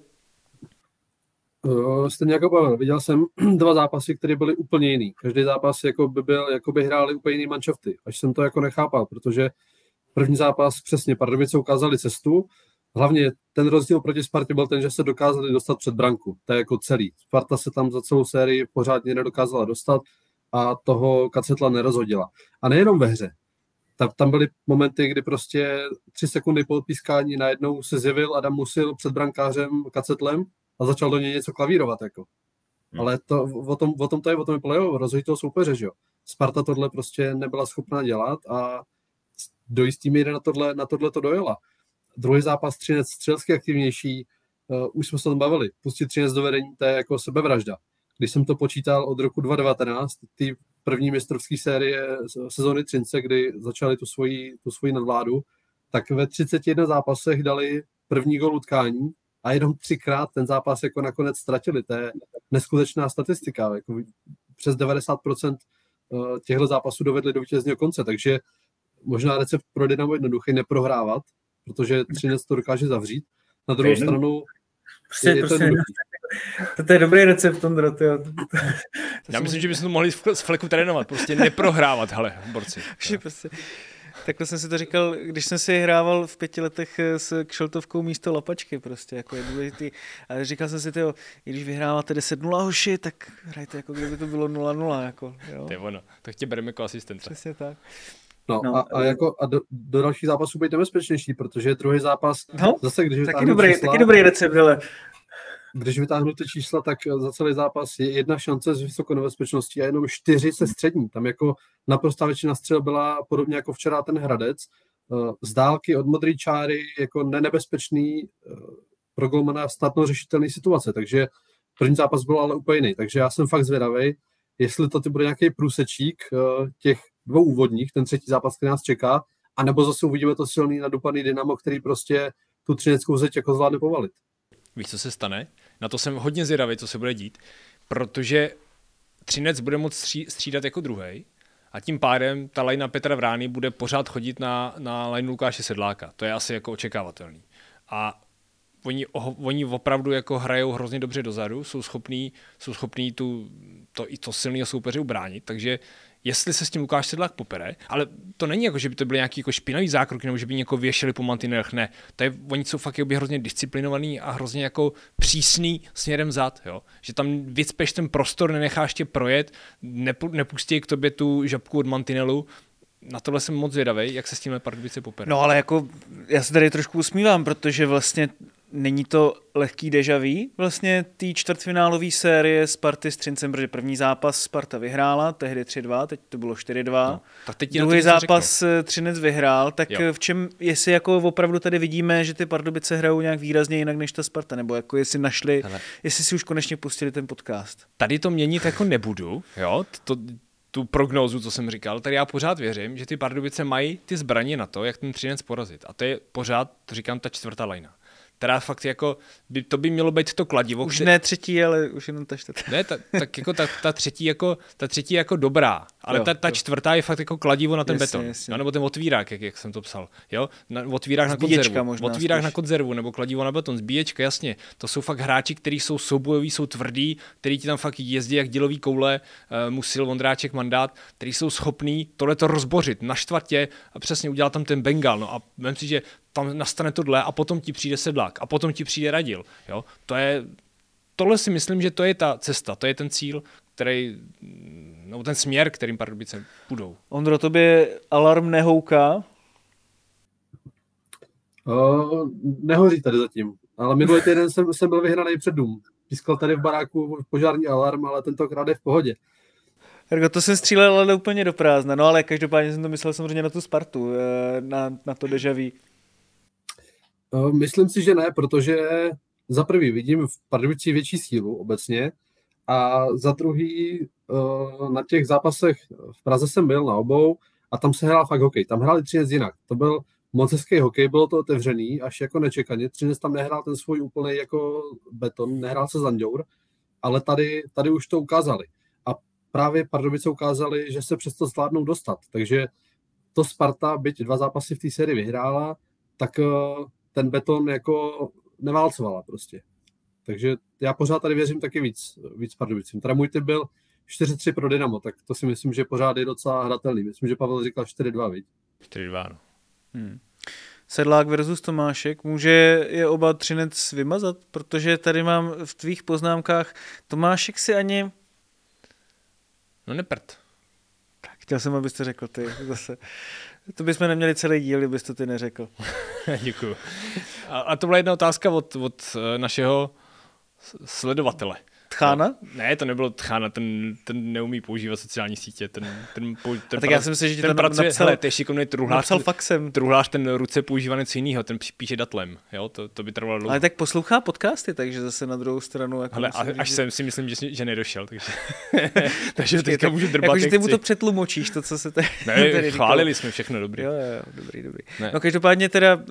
Stejně jako Pavel, viděl jsem 2 zápasy, které byly úplně jiný. Každý zápas jako by hráli úplně jiný manšafty. Až jsem to jako nechápal, protože první zápas přesně Pardubice ukázali cestu. Hlavně ten rozdíl proti Spartě byl ten, že se dokázali dostat před branku. To je jako celý. Sparta se tam za celou sérii pořádně nedokázala dostat a toho Kacetla nerozhodila. A nejenom ve hře. Tam byly momenty, kdy prostě 3 sekundy po odpískání najednou se zjevil Adam Musil před brankářem Kacetlem a začal do něj něco klavírovat. Jako. Ale o tom to je playoff, rozhodí toho soupeře, že jo. Sparta tohle prostě nebyla schopná dělat a do jistý míry na tohle to dojela. Druhý zápas Třinec střelsky aktivnější, už jsme se tam bavili. Pustit Třinec do vedení, to je jako sebevražda. Když jsem to počítal od roku 2019, ty první mistrovské série sezóny Třince, kdy začali tu svoji nadvládu, tak ve 31 zápasech dali první gól utkání a jenom 3krát ten zápas jako nakonec ztratili. To je neskutečná statistika. Jako přes 90% těchto zápasů dovedli do vítězného konce, takže možná recept pro Dynamo jednoduchý neprohrávat, protože Třinec to dokáže zavřít. Na druhou stranu to je dobrý recept, Ondro. Já myslím, že bychom to mohli z fleku trénovat, prostě neprohrávat, hele, borci. Takhle jsem si to říkal, když jsem si hrával v 5 letech s kšeltovkou místo lapačky, prostě jako je důležitý. A říkal jsem si, tyjo, i když vyhráváte 10-0 hoši, tak hrajte jako kdyby to bylo 0-0, jako, jo. To je ono, tak tě bereme jako asistenta. Přesně tak. No. A do dalších zápasů být nebezpečnější, protože druhý zápas zase, když taky dobrý recept, ale když vytáhnu ty čísla, tak za celý zápas je 1 šance z vysokou nebezpečností a jenom 4 se střední. Tam jako naprostá většina střel byla podobně jako včera ten Hradec. Z dálky od modré čáry jako nenebezpečný pro golmana snadno řešitelný situace, takže první zápas byl ale úplně jiný. Takže já jsem fakt zvědavej, jestli to bude nějaký průsečík těch 2 úvodních, ten třetí zápas, který nás čeká, anebo zase uvidíme to silný nadupaný Dynamo, který prostě tu třineckou zeď jako zvládne povalit. Víš, co se stane? Na to jsem hodně zvědavý, co se bude dít, protože Třinec bude moct střídat jako druhej a tím pádem ta lajna Petra Vrány bude pořád chodit na lajnu Lukáše Sedláka. To je asi jako očekávatelný. A oni opravdu jako hrajou hrozně dobře dozadu, jsou schopní to silného soupeře ubránit, takže jestli se s tím Lukáš Sedlák popere, ale to není jako, že by to byly nějaký jako špinavý zákroky, nebo že by někoho věšeli po mantinelech, ne. Oni jsou fakt hrozně disciplinovaný a hrozně jako přísný směrem zad, jo. Že tam vycpeš ten prostor, nenecháš tě projet, nepustí k tobě tu žabku od mantinelu. Na tohle jsem moc zvědavej, jak se s tímhle Pardubice popere. No ale jako já se tady trošku usmívám, protože vlastně není to lehký déjà vu vlastně té čtvrtfinálové série Sparty s Třincem, protože první zápas Sparta vyhrála, tehdy 3-2, teď to bylo 4-2. No, tak teď druhý zápas Třinec vyhrál, tak v čem, jestli jako opravdu tady vidíme, že ty Pardubice hrajou nějak výrazně jinak než ta Sparta, nebo jako jestli si už konečně pustili ten podcast. Tady to měnit jako nebudu, jo, tu prognózu, co jsem říkal, tady já pořád věřím, že ty Pardubice mají ty zbraně na to, jak ten Třinec porazit. A to je pořád, to říkám, ta čtvrtá lajna. Teda fakt jako, to by mělo být to kladivo. Už ne třetí, ale už jenom ta čtvrtá. Ne, tak jako ta třetí je jako dobrá, ale ta čtvrtá je fakt jako kladivo na ten beton. Jasně. No, nebo ten otvírák, jak jsem to psal. Jo? Otvírák na konzervu, nebo kladivo na beton, zbíječka, jasně. To jsou fakt hráči, kteří jsou soubojoví, jsou tvrdí, kteří ti tam fakt jezdí jak dělový koule, Musil, Vondráček, Mandát, kteří jsou schopní tohleto rozbořit, naštvat tě a přesně udělat tam ten bengal. No a vem si, že tam nastane tohle a potom ti přijde Sedlák a potom ti přijde Radil. Jo? Tohle si myslím, že to je ta cesta, to je ten cíl, nebo ten směr, kterým Pardubice půjdou. Ondro, tobě alarm nehouká? Nehoří tady zatím, ale minulý týden jsem byl vyhraný před dům. Pískal tady v baráku požární alarm, ale tentokrát je v pohodě. Ergo, to jsem střílel ale úplně do prázdna, no ale každopádně jsem to myslel samozřejmě na tu Spartu, na to déjà vu. Myslím si, že ne, protože za prvý vidím v Pardubicích větší sílu obecně a za druhý na těch zápasech v Praze jsem byl na obou a tam se hrál fakt hokej. Tam hráli Třinec jinak. To byl moc hezký hokej, bylo to otevřený, až jako nečekaně. Třinec tam nehrál ten svůj úplný jako beton, nehrál se Zanďour, ale tady už to ukázali. A právě Pardubice ukázali, že se přesto zvládnou dostat. Takže to Sparta, byť 2 zápasy v té sérii vyhrála, tak ten beton jako neválcovala prostě. Takže já pořád tady věřím taky víc Pardubicím. Teda můj tip byl 4-3 pro Dynamo, tak to si myslím, že pořád je docela hratelný. Myslím, že Pavel říkal 4-2, viď? 4-2, no. Sedlák versus Tomášek. Může je oba Třinec vymazat? Protože tady mám v tvých poznámkách Tomášek si ani... No neprd. Tak chtěl jsem, abys to řekl ty zase. To bychom neměli celý díl, kdybys to ty neřekl. Děkuju. A to byla jedna otázka od našeho sledovatele. Tchána? Ne, to nebylo Tchána, ten neumí používat sociální sítě. A tak já jsem si, že ten pracuje, napsal, hele, to je šikovný faxem. Truhlář ten ruce používá něco jiného, ten píše datlem, jo, to by trvalo dlouho. Ale tak poslouchá podcasty, takže zase na druhou stranu. Jako ale až jsem si myslím, že nedošel, takže teďka můžu drbat. Jakože ty mu to přetlumočíš, to, co se tady ne, chválili jsme všechno, dobrý. Jo, dobrý. Ne. No každopádně teda...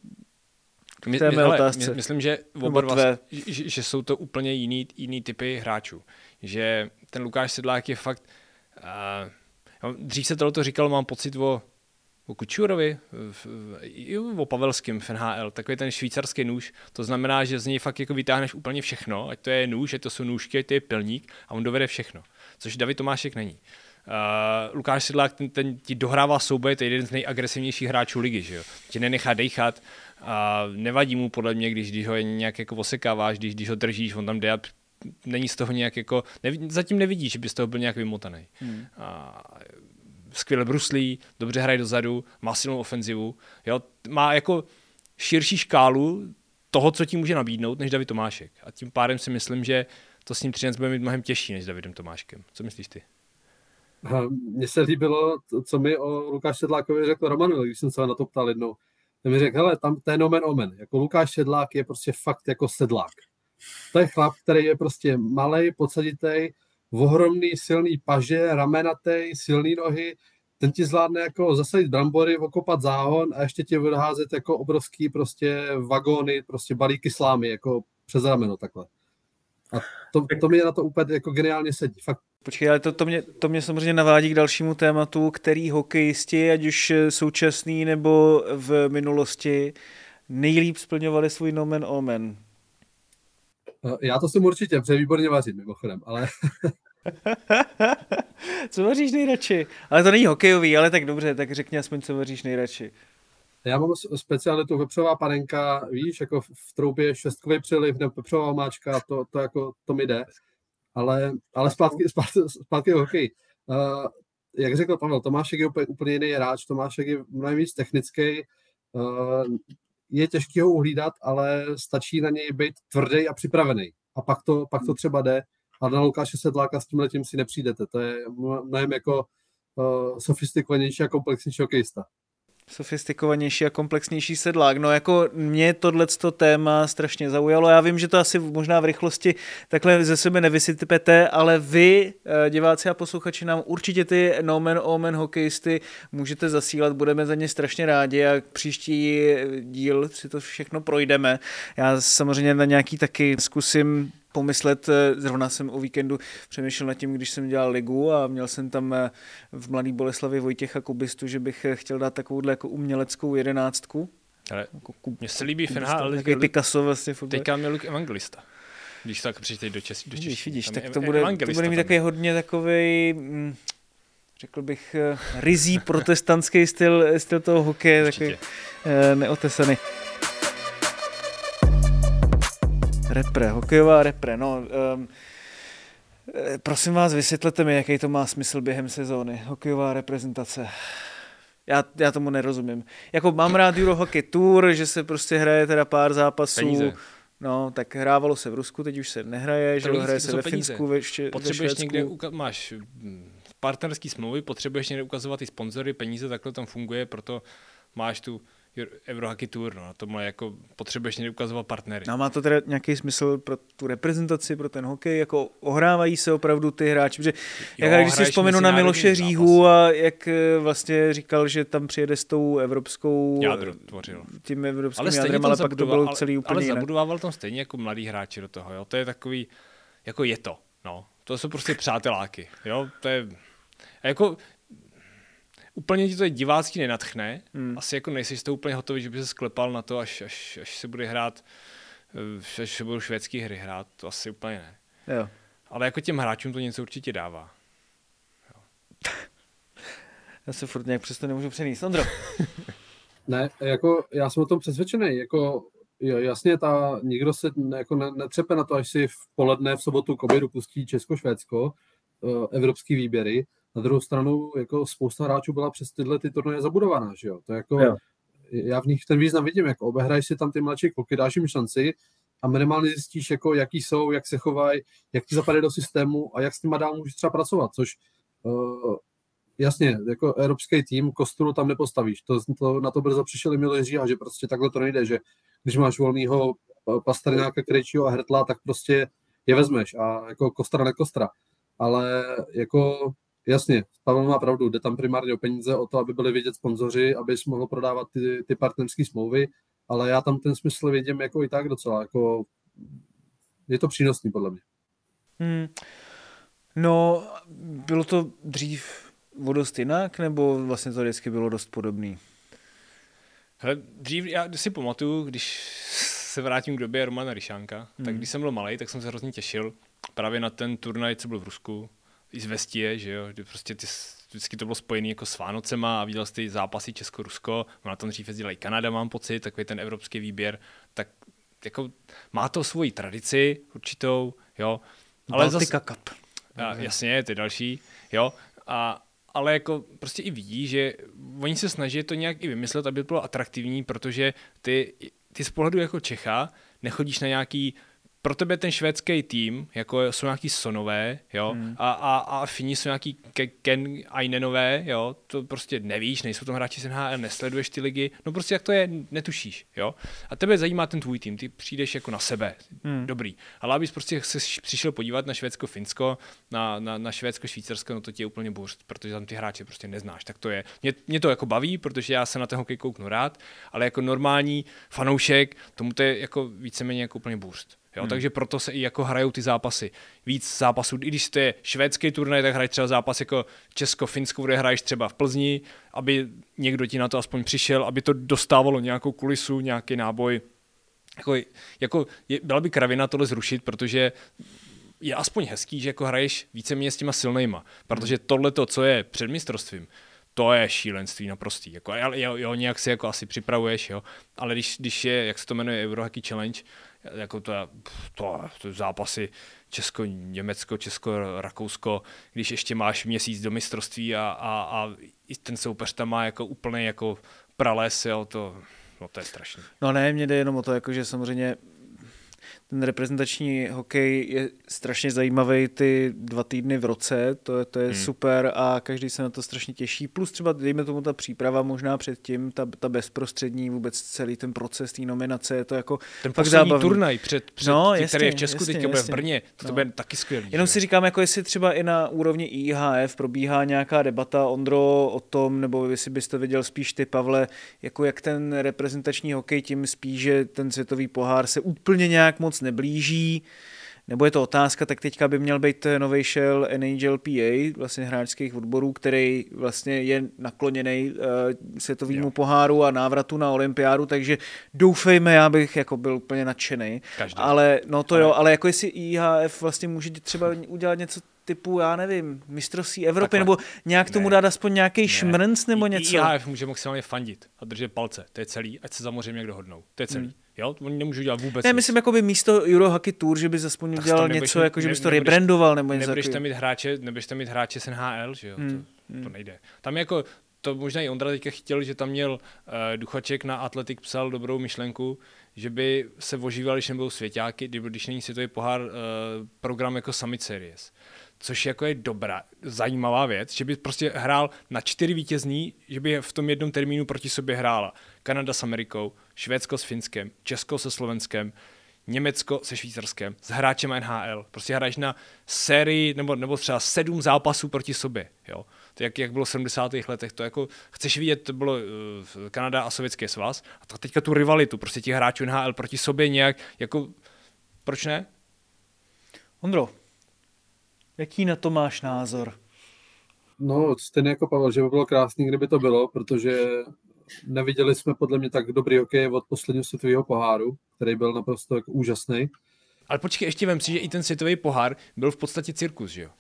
Myslím, že oba dva, že jsou to úplně jiný typy hráčů. Že ten Lukáš Sedlák je fakt... dřív se tohleto říkalo, mám pocit o Kučurovi, o Pavelském v NHL, takový ten švýcarský nůž. To znamená, že z něj fakt jako vytáhneš úplně všechno, ať to je nůž, ať to jsou nůžky, ať to je pilník a on dovede všechno. Což David Tomášek není. Lukáš Sedlák, ten ti dohrává souboj, to je jeden z nejagresivnějších hráčů ligy, že jo? Tě nenechá dejchat a nevadí mu podle mě, když ho nějak jako osekáváš, když ho držíš, on tam jde a není z toho nějak jako, zatím nevidíš, že by z toho byl nějak vymotaný. Skvěle bruslí, dobře hraje dozadu, má silnou ofenzivu, jo? Má jako širší škálu toho, co ti může nabídnout, než David Tomášek. A tím pádem si myslím, že to s ním Třinec bude mít mnohem těžší než s Davidem Tomáškem. Co myslíš ty? Mně se líbilo, co mi o Lukáši Sedlákovi řekl Roman, když jsem se na to ptal jednou. Ten mi řekl, hele, tam to je nomen omen. Jako Lukáš Sedlák je prostě fakt jako sedlák. To je chlap, který je prostě malej, podsaditej, ohromný, silný paže, ramenatej, silný nohy. Ten ti zvládne jako zasadit brambory, okopat záhon a ještě ti odházet jako obrovský prostě vagóny, prostě balíky slámy, jako přes rameno takhle. A to mě na to úplně jako geniálně sedí. Fakt. Počkej, ale to mě samozřejmě navádí k dalšímu tématu, který hokejisti, ať už současný nebo v minulosti, nejlíp splňovali svůj nomen omen. Já to jsem určitě, protože výborně vařím mimochodem, ale... Co vaříš nejradši? Ale to není hokejový, ale tak dobře, tak řekni aspoň, co vaříš nejradši. Já mám specialitu vepřová panenka, víš, jako v troubě švestkový přeliv nebo vepřová omáčka, to mi jde. Ale zpátky hokej. Jak řekl Pavel, Tomášek je úplně jiný hráč, Tomášek je mnohem víc technický, je těžký ho uhlídat, ale stačí na něj být tvrdý a připravený. A pak to třeba jde. A na Lukáše Sedláka s tímhletím si nepřijdete. To je mnohem jako sofistikovanější a komplexnější hokejista. Sofistikovanější a komplexnější Sedlák. No jako mě tohleto téma strašně zaujalo. Já vím, že to asi možná v rychlosti takhle ze sebe nevysypete, ale vy, diváci a posluchači, nám určitě ty nomen omen hokejisty můžete zasílat. Budeme za ně strašně rádi a příští díl si to všechno projdeme. Já samozřejmě na nějaký taky zkusím pomyslet, zrovna jsem o víkendu přemýšlel nad tím, když jsem dělal ligu a měl jsem tam v Mladý Boleslavi Vojtěcha Kubistu, že bych chtěl dát takovouhle jako uměleckou 11. Ale mně se líbí Fenha, ale takový Picasso vlastně fotbal. Teďka mě Luke Evangelista. Když tak přečtej do Češi. Vidíš, tak to bude mít takový hodně takovej, řekl bych, rizí protestantský styl toho hokeje, takový neotesaný. Hokejová repre, no. Prosím vás, vysvětlete mi, jaký to má smysl během sezóny. Hokejová reprezentace. Já tomu nerozumím. Jako mám rád Euro Hockey Tour, že se prostě hraje teda pár zápasů. Peníze. No, tak hrávalo se v Rusku, teď už se nehraje, že hraje se ve Finsku, potřebuješ někde máš partnerský smlouvy, potřebuješ někde ukazovat i sponzory, peníze, takhle tam funguje, proto máš tu Euro Hockey Tour, no, tomhle jako potřebuješ někde ukazovat partnery. No, má to teda nějaký smysl pro tu reprezentaci, pro ten hokej, jako ohrávají se opravdu ty hráči, protože když si vzpomenu na Miloše Říhu a jak vlastně říkal, že tam přijede s tou evropskou tím evropským jádrem, ale pak to bylo celý úplně jinak. Ale zabudovával tam stejně jako mladý hráči do toho, jo, to je takový, jako je to, no, to jsou prostě přáteláky, jo, to je, jako úplně ti to divácky nenadchne. Asi jako nejsi to úplně hotový, že by se sklepal na to, až se bude hrát, až se budou švédský hry hrát, to asi úplně ne. Jo. Ale jako těm hráčům to něco určitě dává. Jo. Já se furt nějak přesto nemůžu přenést. Ondro. Ne, jako já jsem o tom přesvědčený, jako jasně nikdo se jako netřepe na to, až si v poledne v sobotu k obědu pustí Česko-Švédsko, evropský výběry. Na druhou stranu jako spousta hráčů byla přes tyhle ty turnaje zabudovaná, že jo? To jako, já v nich ten význam vidím, jako obehraješ si tam ty mladší kluky, dáš jim šanci a minimálně zjistíš, jako, jaký jsou, jak se chovají, jak ti zapadají do systému a jak s nima dál můžeš třeba pracovat, což jasně, jako evropský tým, Kosturu tam nepostavíš, na to brzo přišel Miloš Říha, že prostě takhle to nejde, že když máš volnýho Pastrňáka, Krejčího a Hertla, tak prostě je vezmeš a jako kostra nekostra, ale jako jasně, Pavel má pravdu, jde tam primárně o peníze, o to, aby byli vidět sponzoři, aby jsi mohl prodávat ty partnerské smlouvy, ale já tam ten smysl vidím jako i tak docela, jako je to přínosný podle mě. No, bylo to dřív o dost jinak, nebo vlastně to vždycky bylo dost podobný? Hele, dřív, já si pamatuju, když se vrátím k době Romana Ryšánka, tak když jsem byl malej, tak jsem se hrozně těšil právě na ten turnaj, co byl v Rusku, i z Vestie, že jo, kde prostě vždycky to bylo spojené jako s Vánocema a viděl jsi ty zápasy Česko-Rusko, na tom dřív jezdila i Kanada, mám pocit, takový ten evropský výběr, tak jako má to svoji tradici určitou, jo. Ale Baltica Cup. Jasně, ty další, jo, ale jako prostě i vidí, že oni se snaží to nějak i vymyslet, aby to bylo atraktivní, protože ty ty z pohledu jako Čecha nechodíš na nějaký, pro tebe ten švédský tým, jako jsou nějaký Sonové, jo, a Fini jsou nějaký Ken Ainenové, jo, to prostě nevíš, nejsou tam hráči z NHL, nesleduješ ty ligy, no prostě jak to je, netušíš, jo. A tebe zajímá ten tvůj tým, ty přijdeš jako na sebe, dobrý. Ale abys prostě se přišel podívat na Švédsko-Finsko, na Švédsko-Švýcarsko, no to tě je úplně burst, protože tam ty hráče prostě neznáš, tak to je. Mě to jako baví, protože já se na ten hokej kouknu rád, ale jako normální fanoušek, tomu to je jako víceméně jako úplně burst. Jo, takže proto se i jako hrajou ty zápasy. Víc zápasů, i když to je švédský turnaj, tak hraješ třeba zápas jako Česko-Finsko, kde hraješ třeba v Plzni, aby někdo ti na to aspoň přišel, aby to dostávalo nějakou kulisu, nějaký náboj. Byla by kravina tohle zrušit, protože je aspoň hezký, že jako hraješ víceméně s těma silnejma, protože tohleto, co je před mistrovstvím, to je šílenství naprostý. Jako, jo, nějak si jako asi připravuješ, jo, ale když je, jak se to jmenuje, Eurohockey Challenge, jako to zápasy Česko-Německo, Česko-Rakousko, když ještě máš měsíc do mistrovství a i ten soupeř tam má jako úplně jako prales, jo, to je strašný. No ne, mně jde jenom o to, jako, že samozřejmě ten reprezentační hokej je strašně zajímavý ty 2 týdny v roce, to je super a každý se na to strašně těší. Plus třeba, dejme tomu, ta příprava možná předtím, ta bezprostřední, vůbec celý ten proces té nominace, je to jako ten fakt zábavný. Turnaj který je v Česku, teďka bude v Brně, to bude taky skvělý. Jenom si říkám, jako jestli třeba i na úrovni IHF probíhá nějaká debata, Ondro, o tom, nebo jestli byste viděl spíš ty, Pavle, jako jak ten reprezentační hokej, tím spíš, že ten světový pohár se úplně nějak moc neblíží, nebo je to otázka, tak teďka by měl být nový šel NHLPA, vlastně hráčských odborů, který vlastně je nakloněný světovému poháru a návratu na olympiádu, takže doufejme, já bych jako byl úplně nadšený. Ale jako jestli IHF vlastně může třeba udělat něco typu, já nevím, mistrovství Evropy, takhle. Nebo nějak tomu dát aspoň nějaký šmrnc nebo něco. IHF může maximálně fandit a držet palce, to je celý, ať se samozřejmě někdo dohodnou, to je celý. Jo, oni nemůžou dělat vůbec nic. Myslím, jako by místo Eurohockey Tour, že bys aspoň udělal něco, jako že bys to rebrandoval nebo něco. Nebudeš tam mít hráče z NHL, že jo, to nejde. Tam jako, to možná i Ondra teďka chtěl, že tam měl Duchaček na Athletic psal dobrou myšlenku, že by se ožíval, když nebudou svěťáky, když není světový pohár program jako Summit Series. Což jako je dobrá, zajímavá věc, že by prostě hrál na 4 vítězní, že by v tom jednom termínu proti sobě hrála Kanada s Amerikou, Švédsko s Finskem, Česko se Slovenskem, Německo se Švýcarskem, s hráčem NHL. Prostě hraješ na sérii nebo třeba 7 zápasů proti sobě. Jo? To jak bylo v 70. letech, to jako chceš vidět, to bylo Kanada a Sovětský svaz a teďka tu rivalitu, prostě těch hráčů NHL proti sobě nějak, jako proč ne? Ondro, jaký na to máš názor? No, stejně jako Pavel, že by bylo krásný, kdyby to bylo, protože neviděli jsme podle mě tak dobrý hokej od posledního světového poháru, který byl naprosto jako úžasný. Ale počkej, ještě vem si, že i ten světový pohár byl v podstatě cirkus, že jo?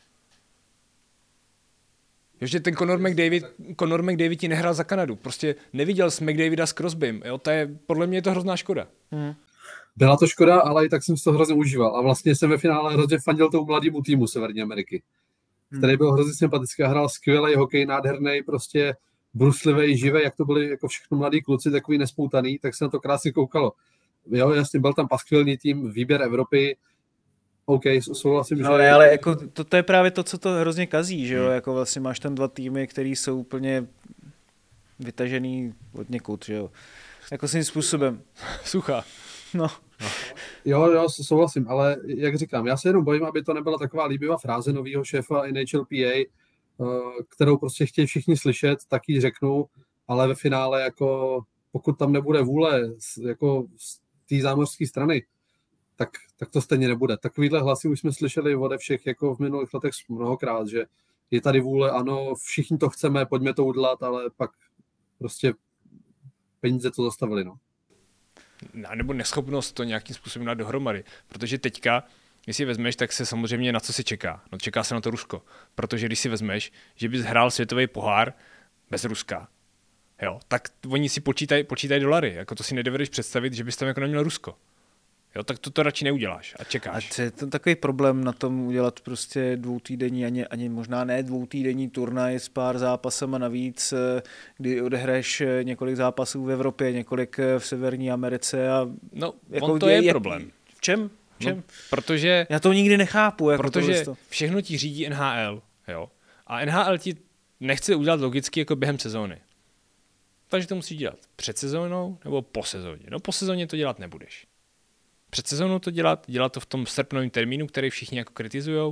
Že ten Conor McDavid ti nehrál za Kanadu. Prostě neviděl jsi McDavida s Crosbym. Jo? Podle mě je to hrozná škoda. Byla to škoda, ale i tak jsem si to hrozně užíval. A vlastně jsem ve finále hrozně fandil tomu mladému týmu Severní Ameriky, který byl hrozně sympatický a hrál skvělý hokej, nádherný, prostě bruslivý, živý, jak to byli jako všechno mladí kluci, takový nespoutaný, tak se na to krásně koukalo. Jo, jasně, byl tam paskvilný tým, výběr Evropy, OK, souhlasím, že... Ale jako to je právě to, co to hrozně kazí, že jo, jako vlastně máš tam 2 týmy, který jsou úplně vytažený od někud, že jo, jako svým způsobem. Sucha. No. Jo, souhlasím, ale jak říkám, já se jenom bojím, aby to nebyla taková líbivá fráze novýho šéfa NHLPA, kterou prostě chtějí všichni slyšet, tak ji řeknu, ale ve finále, jako pokud tam nebude vůle jako z té zámořské strany, tak to stejně nebude. Takovýhle hlasy už jsme slyšeli ode všech jako v minulých letech mnohokrát, že je tady vůle, ano, všichni to chceme, pojďme to udělat, ale pak prostě peníze to zastavili, no. Nebo neschopnost to nějakým způsobem dát dohromady, protože teďka, když si vezmeš, tak se samozřejmě na co se čeká. No čeká se na to Rusko, protože když si vezmeš, že bys hrál světový pohár bez Ruska, jo, tak oni si počítají dolary, jako to si nedovedeš představit, že bys tam jako neměl Rusko. Jo, tak to radši neuděláš a čekáš. A je to takový problém na tom udělat prostě dvoutýdenní, ani možná ne dvoutýdenní turnaj s pár zápasama navíc, kdy odehraješ několik zápasů v Evropě, několik v Severní Americe. A no, jako to je problém. V čem? No, protože... Já to nikdy nechápu. Jako protože všechno ti řídí NHL, jo. A NHL ti nechce udělat logicky jako během sezóny. Takže to musíš dělat před sezónou nebo po sezóně. No po sezóně to dělat nebudeš. Před sezónou to dělat to v tom srpnovém termínu, který všichni jako kritizujou.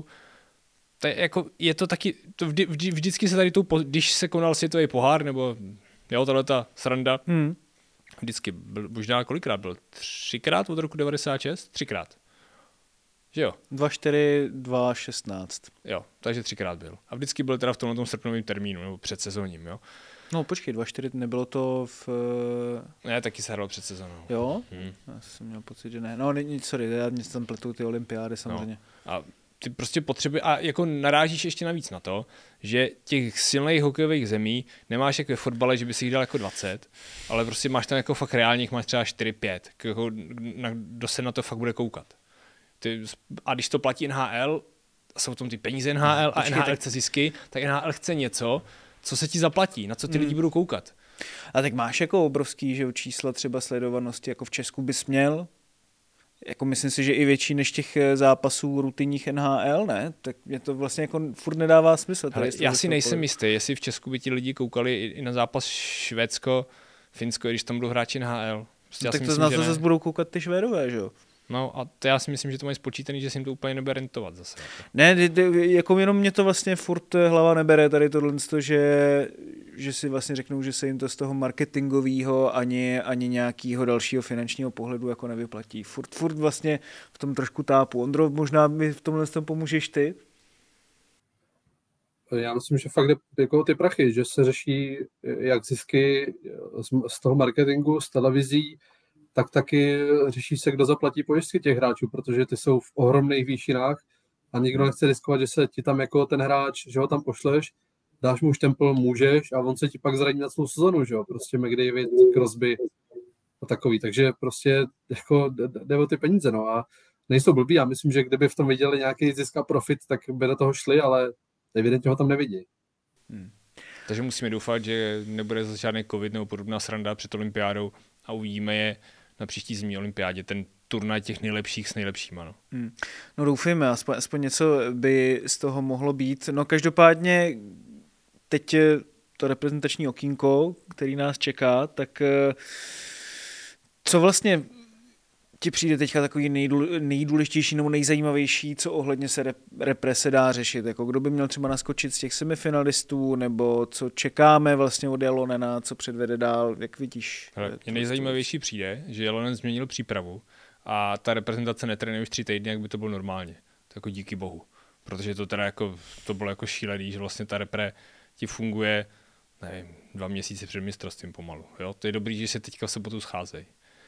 Je to taky, vždycky se tady když se konal světový pohár, nebo jo, tahleta sranda, vždycky byl, možná kolikrát byl? 3krát od roku 96? 3krát. Že jo? 2-4, 2-16. Jo, takže 3krát byl. A vždycky byl teda v tomhle sorpnovém termínu, nebo před sezóním, jo? No počkej, 2-4 nebylo to v... Ne, taky se hralo před sezónou. Jo? Já jsem měl pocit, že ne. No, sorry, já mě tam pletu ty olympiády samozřejmě. No. A ty prostě potřebuješ, a jako narážíš ještě navíc na to, že těch silných hokejových zemí nemáš jako ve fotbale, že by si jich dal jako 20, ale prostě máš tam jako fakt reálně, máš třeba 4-5, jako, kdo se na to fakt bude koukat. A když to platí NHL, jsou tam ty peníze NHL a NHL chce zisky, tak NHL chce něco, co se ti zaplatí, na co ty lidi budou koukat. A tak máš jako obrovský, že čísla třeba sledovanosti, jako v Česku bys měl, jako myslím si, že i větší než těch zápasů rutinních NHL, ne? Tak mě to vlastně jako furt nedává smysl. Hele, já si nejsem jistý, jestli v Česku by ti lidi koukali i na zápas Švédsko, Finsko, když tam budou hráči NHL. Prostě no, tak to na to zase budou koukat ty Švédové, že jo? No a to já si myslím, že to mají spočítaný, že si jim to úplně nebude rentovat zase. Ne, jako jenom mě to vlastně furt hlava nebere tady tohle, že si vlastně řeknou, že se jim to z toho marketingového ani nějakého dalšího finančního pohledu jako nevyplatí. Furt vlastně v tom trošku tápu. Ondro, možná mi v tomhle pomůžeš ty? Já myslím, že fakt jde jako ty prachy, že se řeší jak zisky z toho marketingu, z televizí, tak taky řeší se, kdo zaplatí pojistky těch hráčů, protože ty jsou v ohromných výšinách a nikdo nechce riskovat, že se ti tam jako ten hráč, že ho tam pošleš, dáš mu štempel, můžeš a on se ti pak zraní na celou sezonu, že jo, prostě McDavid, Crosby a takový, takže prostě jako jde o ty peníze, no a nejsou blbí, já myslím, že kdyby v tom viděli nějaký zisk a profit, tak by do toho šli, ale evidentně ho tam nevidí. Takže musíme doufat, že nebude zase žádný covid nebo podobná sranda před olympiádou a uvidíme je na příští zimní olympiádě, ten turnaj těch nejlepších s nejlepšíma. No, no doufejme, aspoň něco by z toho mohlo být. No každopádně teď to reprezentační okýnko, který nás čeká, tak co vlastně ti přijde teďka takový nejdůležitější nebo nejzajímavější, co ohledně se repre dá řešit? Jako kdo by měl třeba naskočit z těch semifinalistů, nebo co čekáme vlastně od Jalonena, co předvede dál, jak vidíš? Mně nejzajímavější přijde, že Jalonen změnil přípravu a ta reprezentace netrénuje už 3 týdny, jak by to bylo normálně. To jako díky bohu. Protože to teda jako, to bylo jako šílený, že vlastně ta repre ti funguje, nevím, 2 měsíce před mistrovstvím pomalu. Jo? To je dobrý, že se teďka v sobotu scházejí.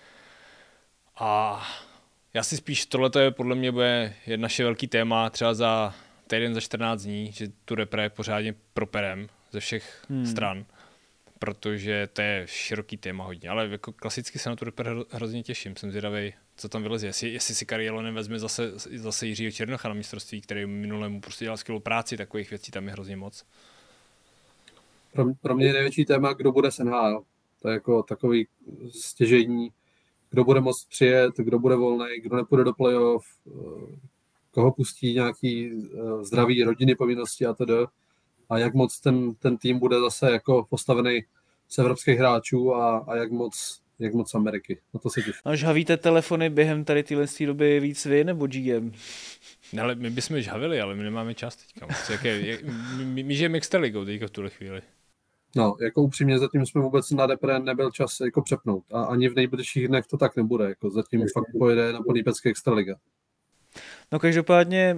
A já si spíš, tohleto je podle mě bude naše velký téma třeba za týden, za 14 dní, že tu repre pořádně properem ze všech stran, protože to je široký téma hodně, ale jako klasicky se na tu repre hrozně těším, jsem zvědavej, co tam vyleze, jestli si Kari Jalonen vezme zase Jiřího Černocha na mistrovství, který minulému prostě dělal skvělou práci, takových věcí tam je hrozně moc. Pro mě je největší téma, kdo bude s NHL, to je jako takový stěžejní, kdo bude moct přijet, kdo bude volný, kdo nepůjde do playoff, koho pustí nějaký zdraví rodiny, povinnosti a tedy. A jak moc ten tým bude zase jako postavený z evropských hráčů a jak moc Ameriky. Na to se těším. A žhavíte telefony během tady téhle doby víc vy nebo GM? No, ale my bychom žhavili, ale my nemáme čas teďka. My žijeme extraligou teďka v tuhle chvíli. No, jako upřímně, zatím jsme vůbec na repre nebyl čas jako přepnout. A ani v nejbližších dnech to tak nebude. Jako zatím fakt pojede na plný pecky extraliga. No každopádně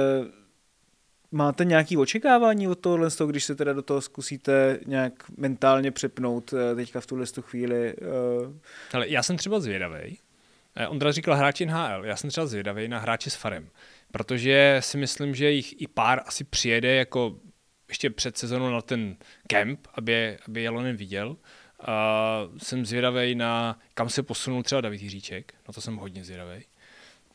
máte nějaké očekávání od tohohle, když se teda do toho zkusíte nějak mentálně přepnout teďka v tuhle chvíli? Ale já jsem třeba zvědavej. Ondra říkal hráči NHL. Já jsem třeba zvědavej na hráči s Farem. Protože si myslím, že jich i pár asi přijede jako ještě před sezónou na ten kemp, aby Jalonen viděl. Jsem zvědavej na kam se posunul třeba David Jiříček. Na to jsem hodně zvědavej.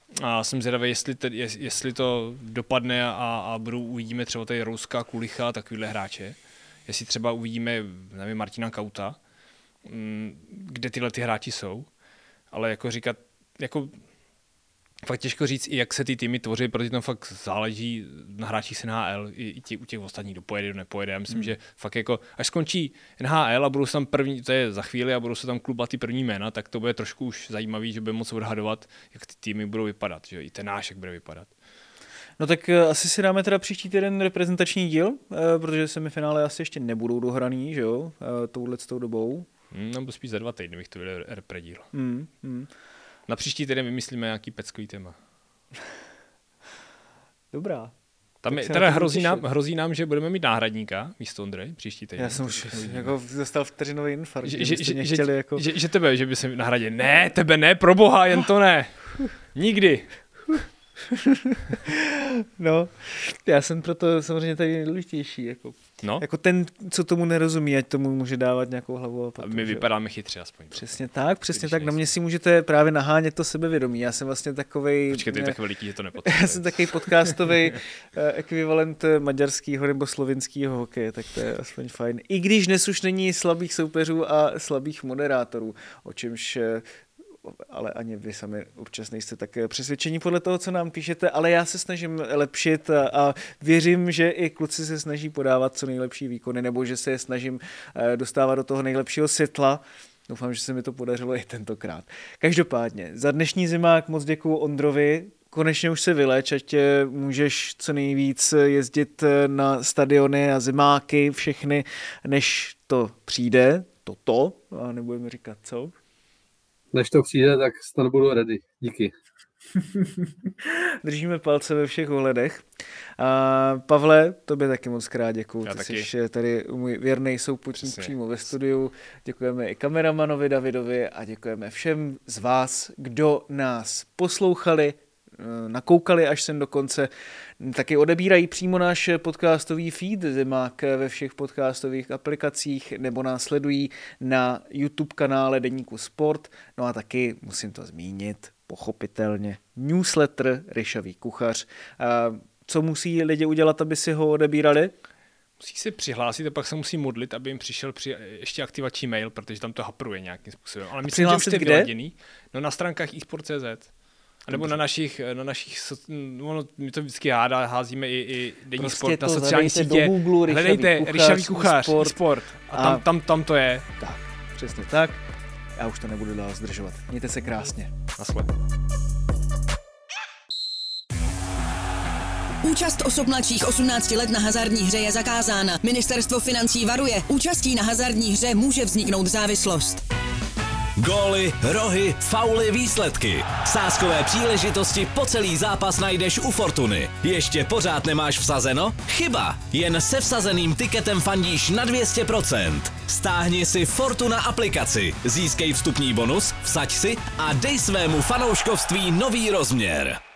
A jsem zvědavý, jestli to dopadne a uvidíme třeba tady Rouska, Kulicha, takovýhle hráče. Jestli třeba uvidíme, nevím, Martina Kauta, kde tyhle ty hráči jsou. Ale jako říkat, jako fakt těžko říct, i jak se ty týmy tvoří, protože tam fakt záleží na hráčích z NHL, i u těch ostatních, kdo pojede, kdo nepojede. Já myslím, že fakt jako, až skončí NHL a budou se tam první, to je za chvíli, a budou se tam klubat ty první jména, tak to bude trošku už zajímavý, že bude moc odhadovat, jak ty týmy budou vypadat, že i ten náš, jak bude vypadat. No tak asi si dáme teda příští týden reprezentační díl, protože semifinále asi ještě nebudou dohraný, že jo, touhletou dobou. Nebo spíš za 2 týdny bych to viděl repredíl. Na příští týden vymyslíme nějaký peckový téma. Dobrá. Tam je, teda hrozí nám, že budeme mít náhradníka místo Ondrej příští týden. Já jsem už jako dostal vteřinový infarkt. Že tebe, že by se nahradil. Ne, tebe ne, pro boha, jen to ne. Nikdy. No, já jsem proto samozřejmě tady nejdůležitější. Jako ten, co tomu nerozumí, ať tomu může dávat nějakou hlavu a patu. My vypadáme chytře aspoň. Přesně tak. Na mě si můžete právě nahánět to sebevědomí. Já jsem vlastně takovej... Počkej, to je tak veliký, že to nepotřebuje. Já jsem takový podcastový ekvivalent maďarského nebo slovinského hokeje, tak to je aspoň fajn. I když dnes už není slabých soupeřů a slabých moderátorů, o čemž... ale ani vy sami občas nejste tak přesvědčení podle toho, co nám píšete, ale já se snažím lepšit a věřím, že i kluci se snaží podávat co nejlepší výkony, nebo že se je snažím dostávat do toho nejlepšího světla. Doufám, že se mi to podařilo i tentokrát. Každopádně, za dnešní zimák moc děkuju Ondrovi, konečně už se vyleč, ať můžeš co nejvíc jezdit na stadiony a zimáky všechny, než to přijde, a nebudeme říkat co. Než to přijde, tak snad budu ready. Díky. Držíme palce ve všech ohledech. Pavle, tobě taky moc krát děkuju. Ty jsi tady můj věrný souputník přímo ve studiu. Děkujeme i kameramanovi Davidovi a děkujeme všem z vás, kdo nás poslouchali, nakoukali až sem do konce. Taky odebírají přímo náš podcastový feed Zimák ve všech podcastových aplikacích nebo nás sledují na YouTube kanále Deníku Sport. No a taky, musím to zmínit, pochopitelně, newsletter Ryšavý kuchař. Co musí lidi udělat, aby si ho odebírali? Musí se přihlásit a pak se musí modlit, aby jim přišel ještě aktivační mail, protože tam to hapruje nějakým způsobem. Ale myslím, že už to je vyladěný. No na stránkách eSport.cz. A nebo na našich my to vždycky házíme i Deník prostě Sport na sociální sítě. Hledejte Ryšavý kuchař, sport. A tam to je. Tak, přesně tak. Já už to nebudu dál zdržovat. Mějte se krásně. Naschle. Účast osob mladších 18 let na hazardní hře je zakázána. Ministerstvo financí varuje. Účastí na hazardní hře může vzniknout závislost. Góly, rohy, fauly, výsledky. Sázkové příležitosti po celý zápas najdeš u Fortuny. Ještě pořád nemáš vsazeno? Chyba! Jen se vsazeným tiketem fandíš na 200%. Stáhni si Fortuna aplikaci, získej vstupní bonus, vsaď si a dej svému fanouškovství nový rozměr.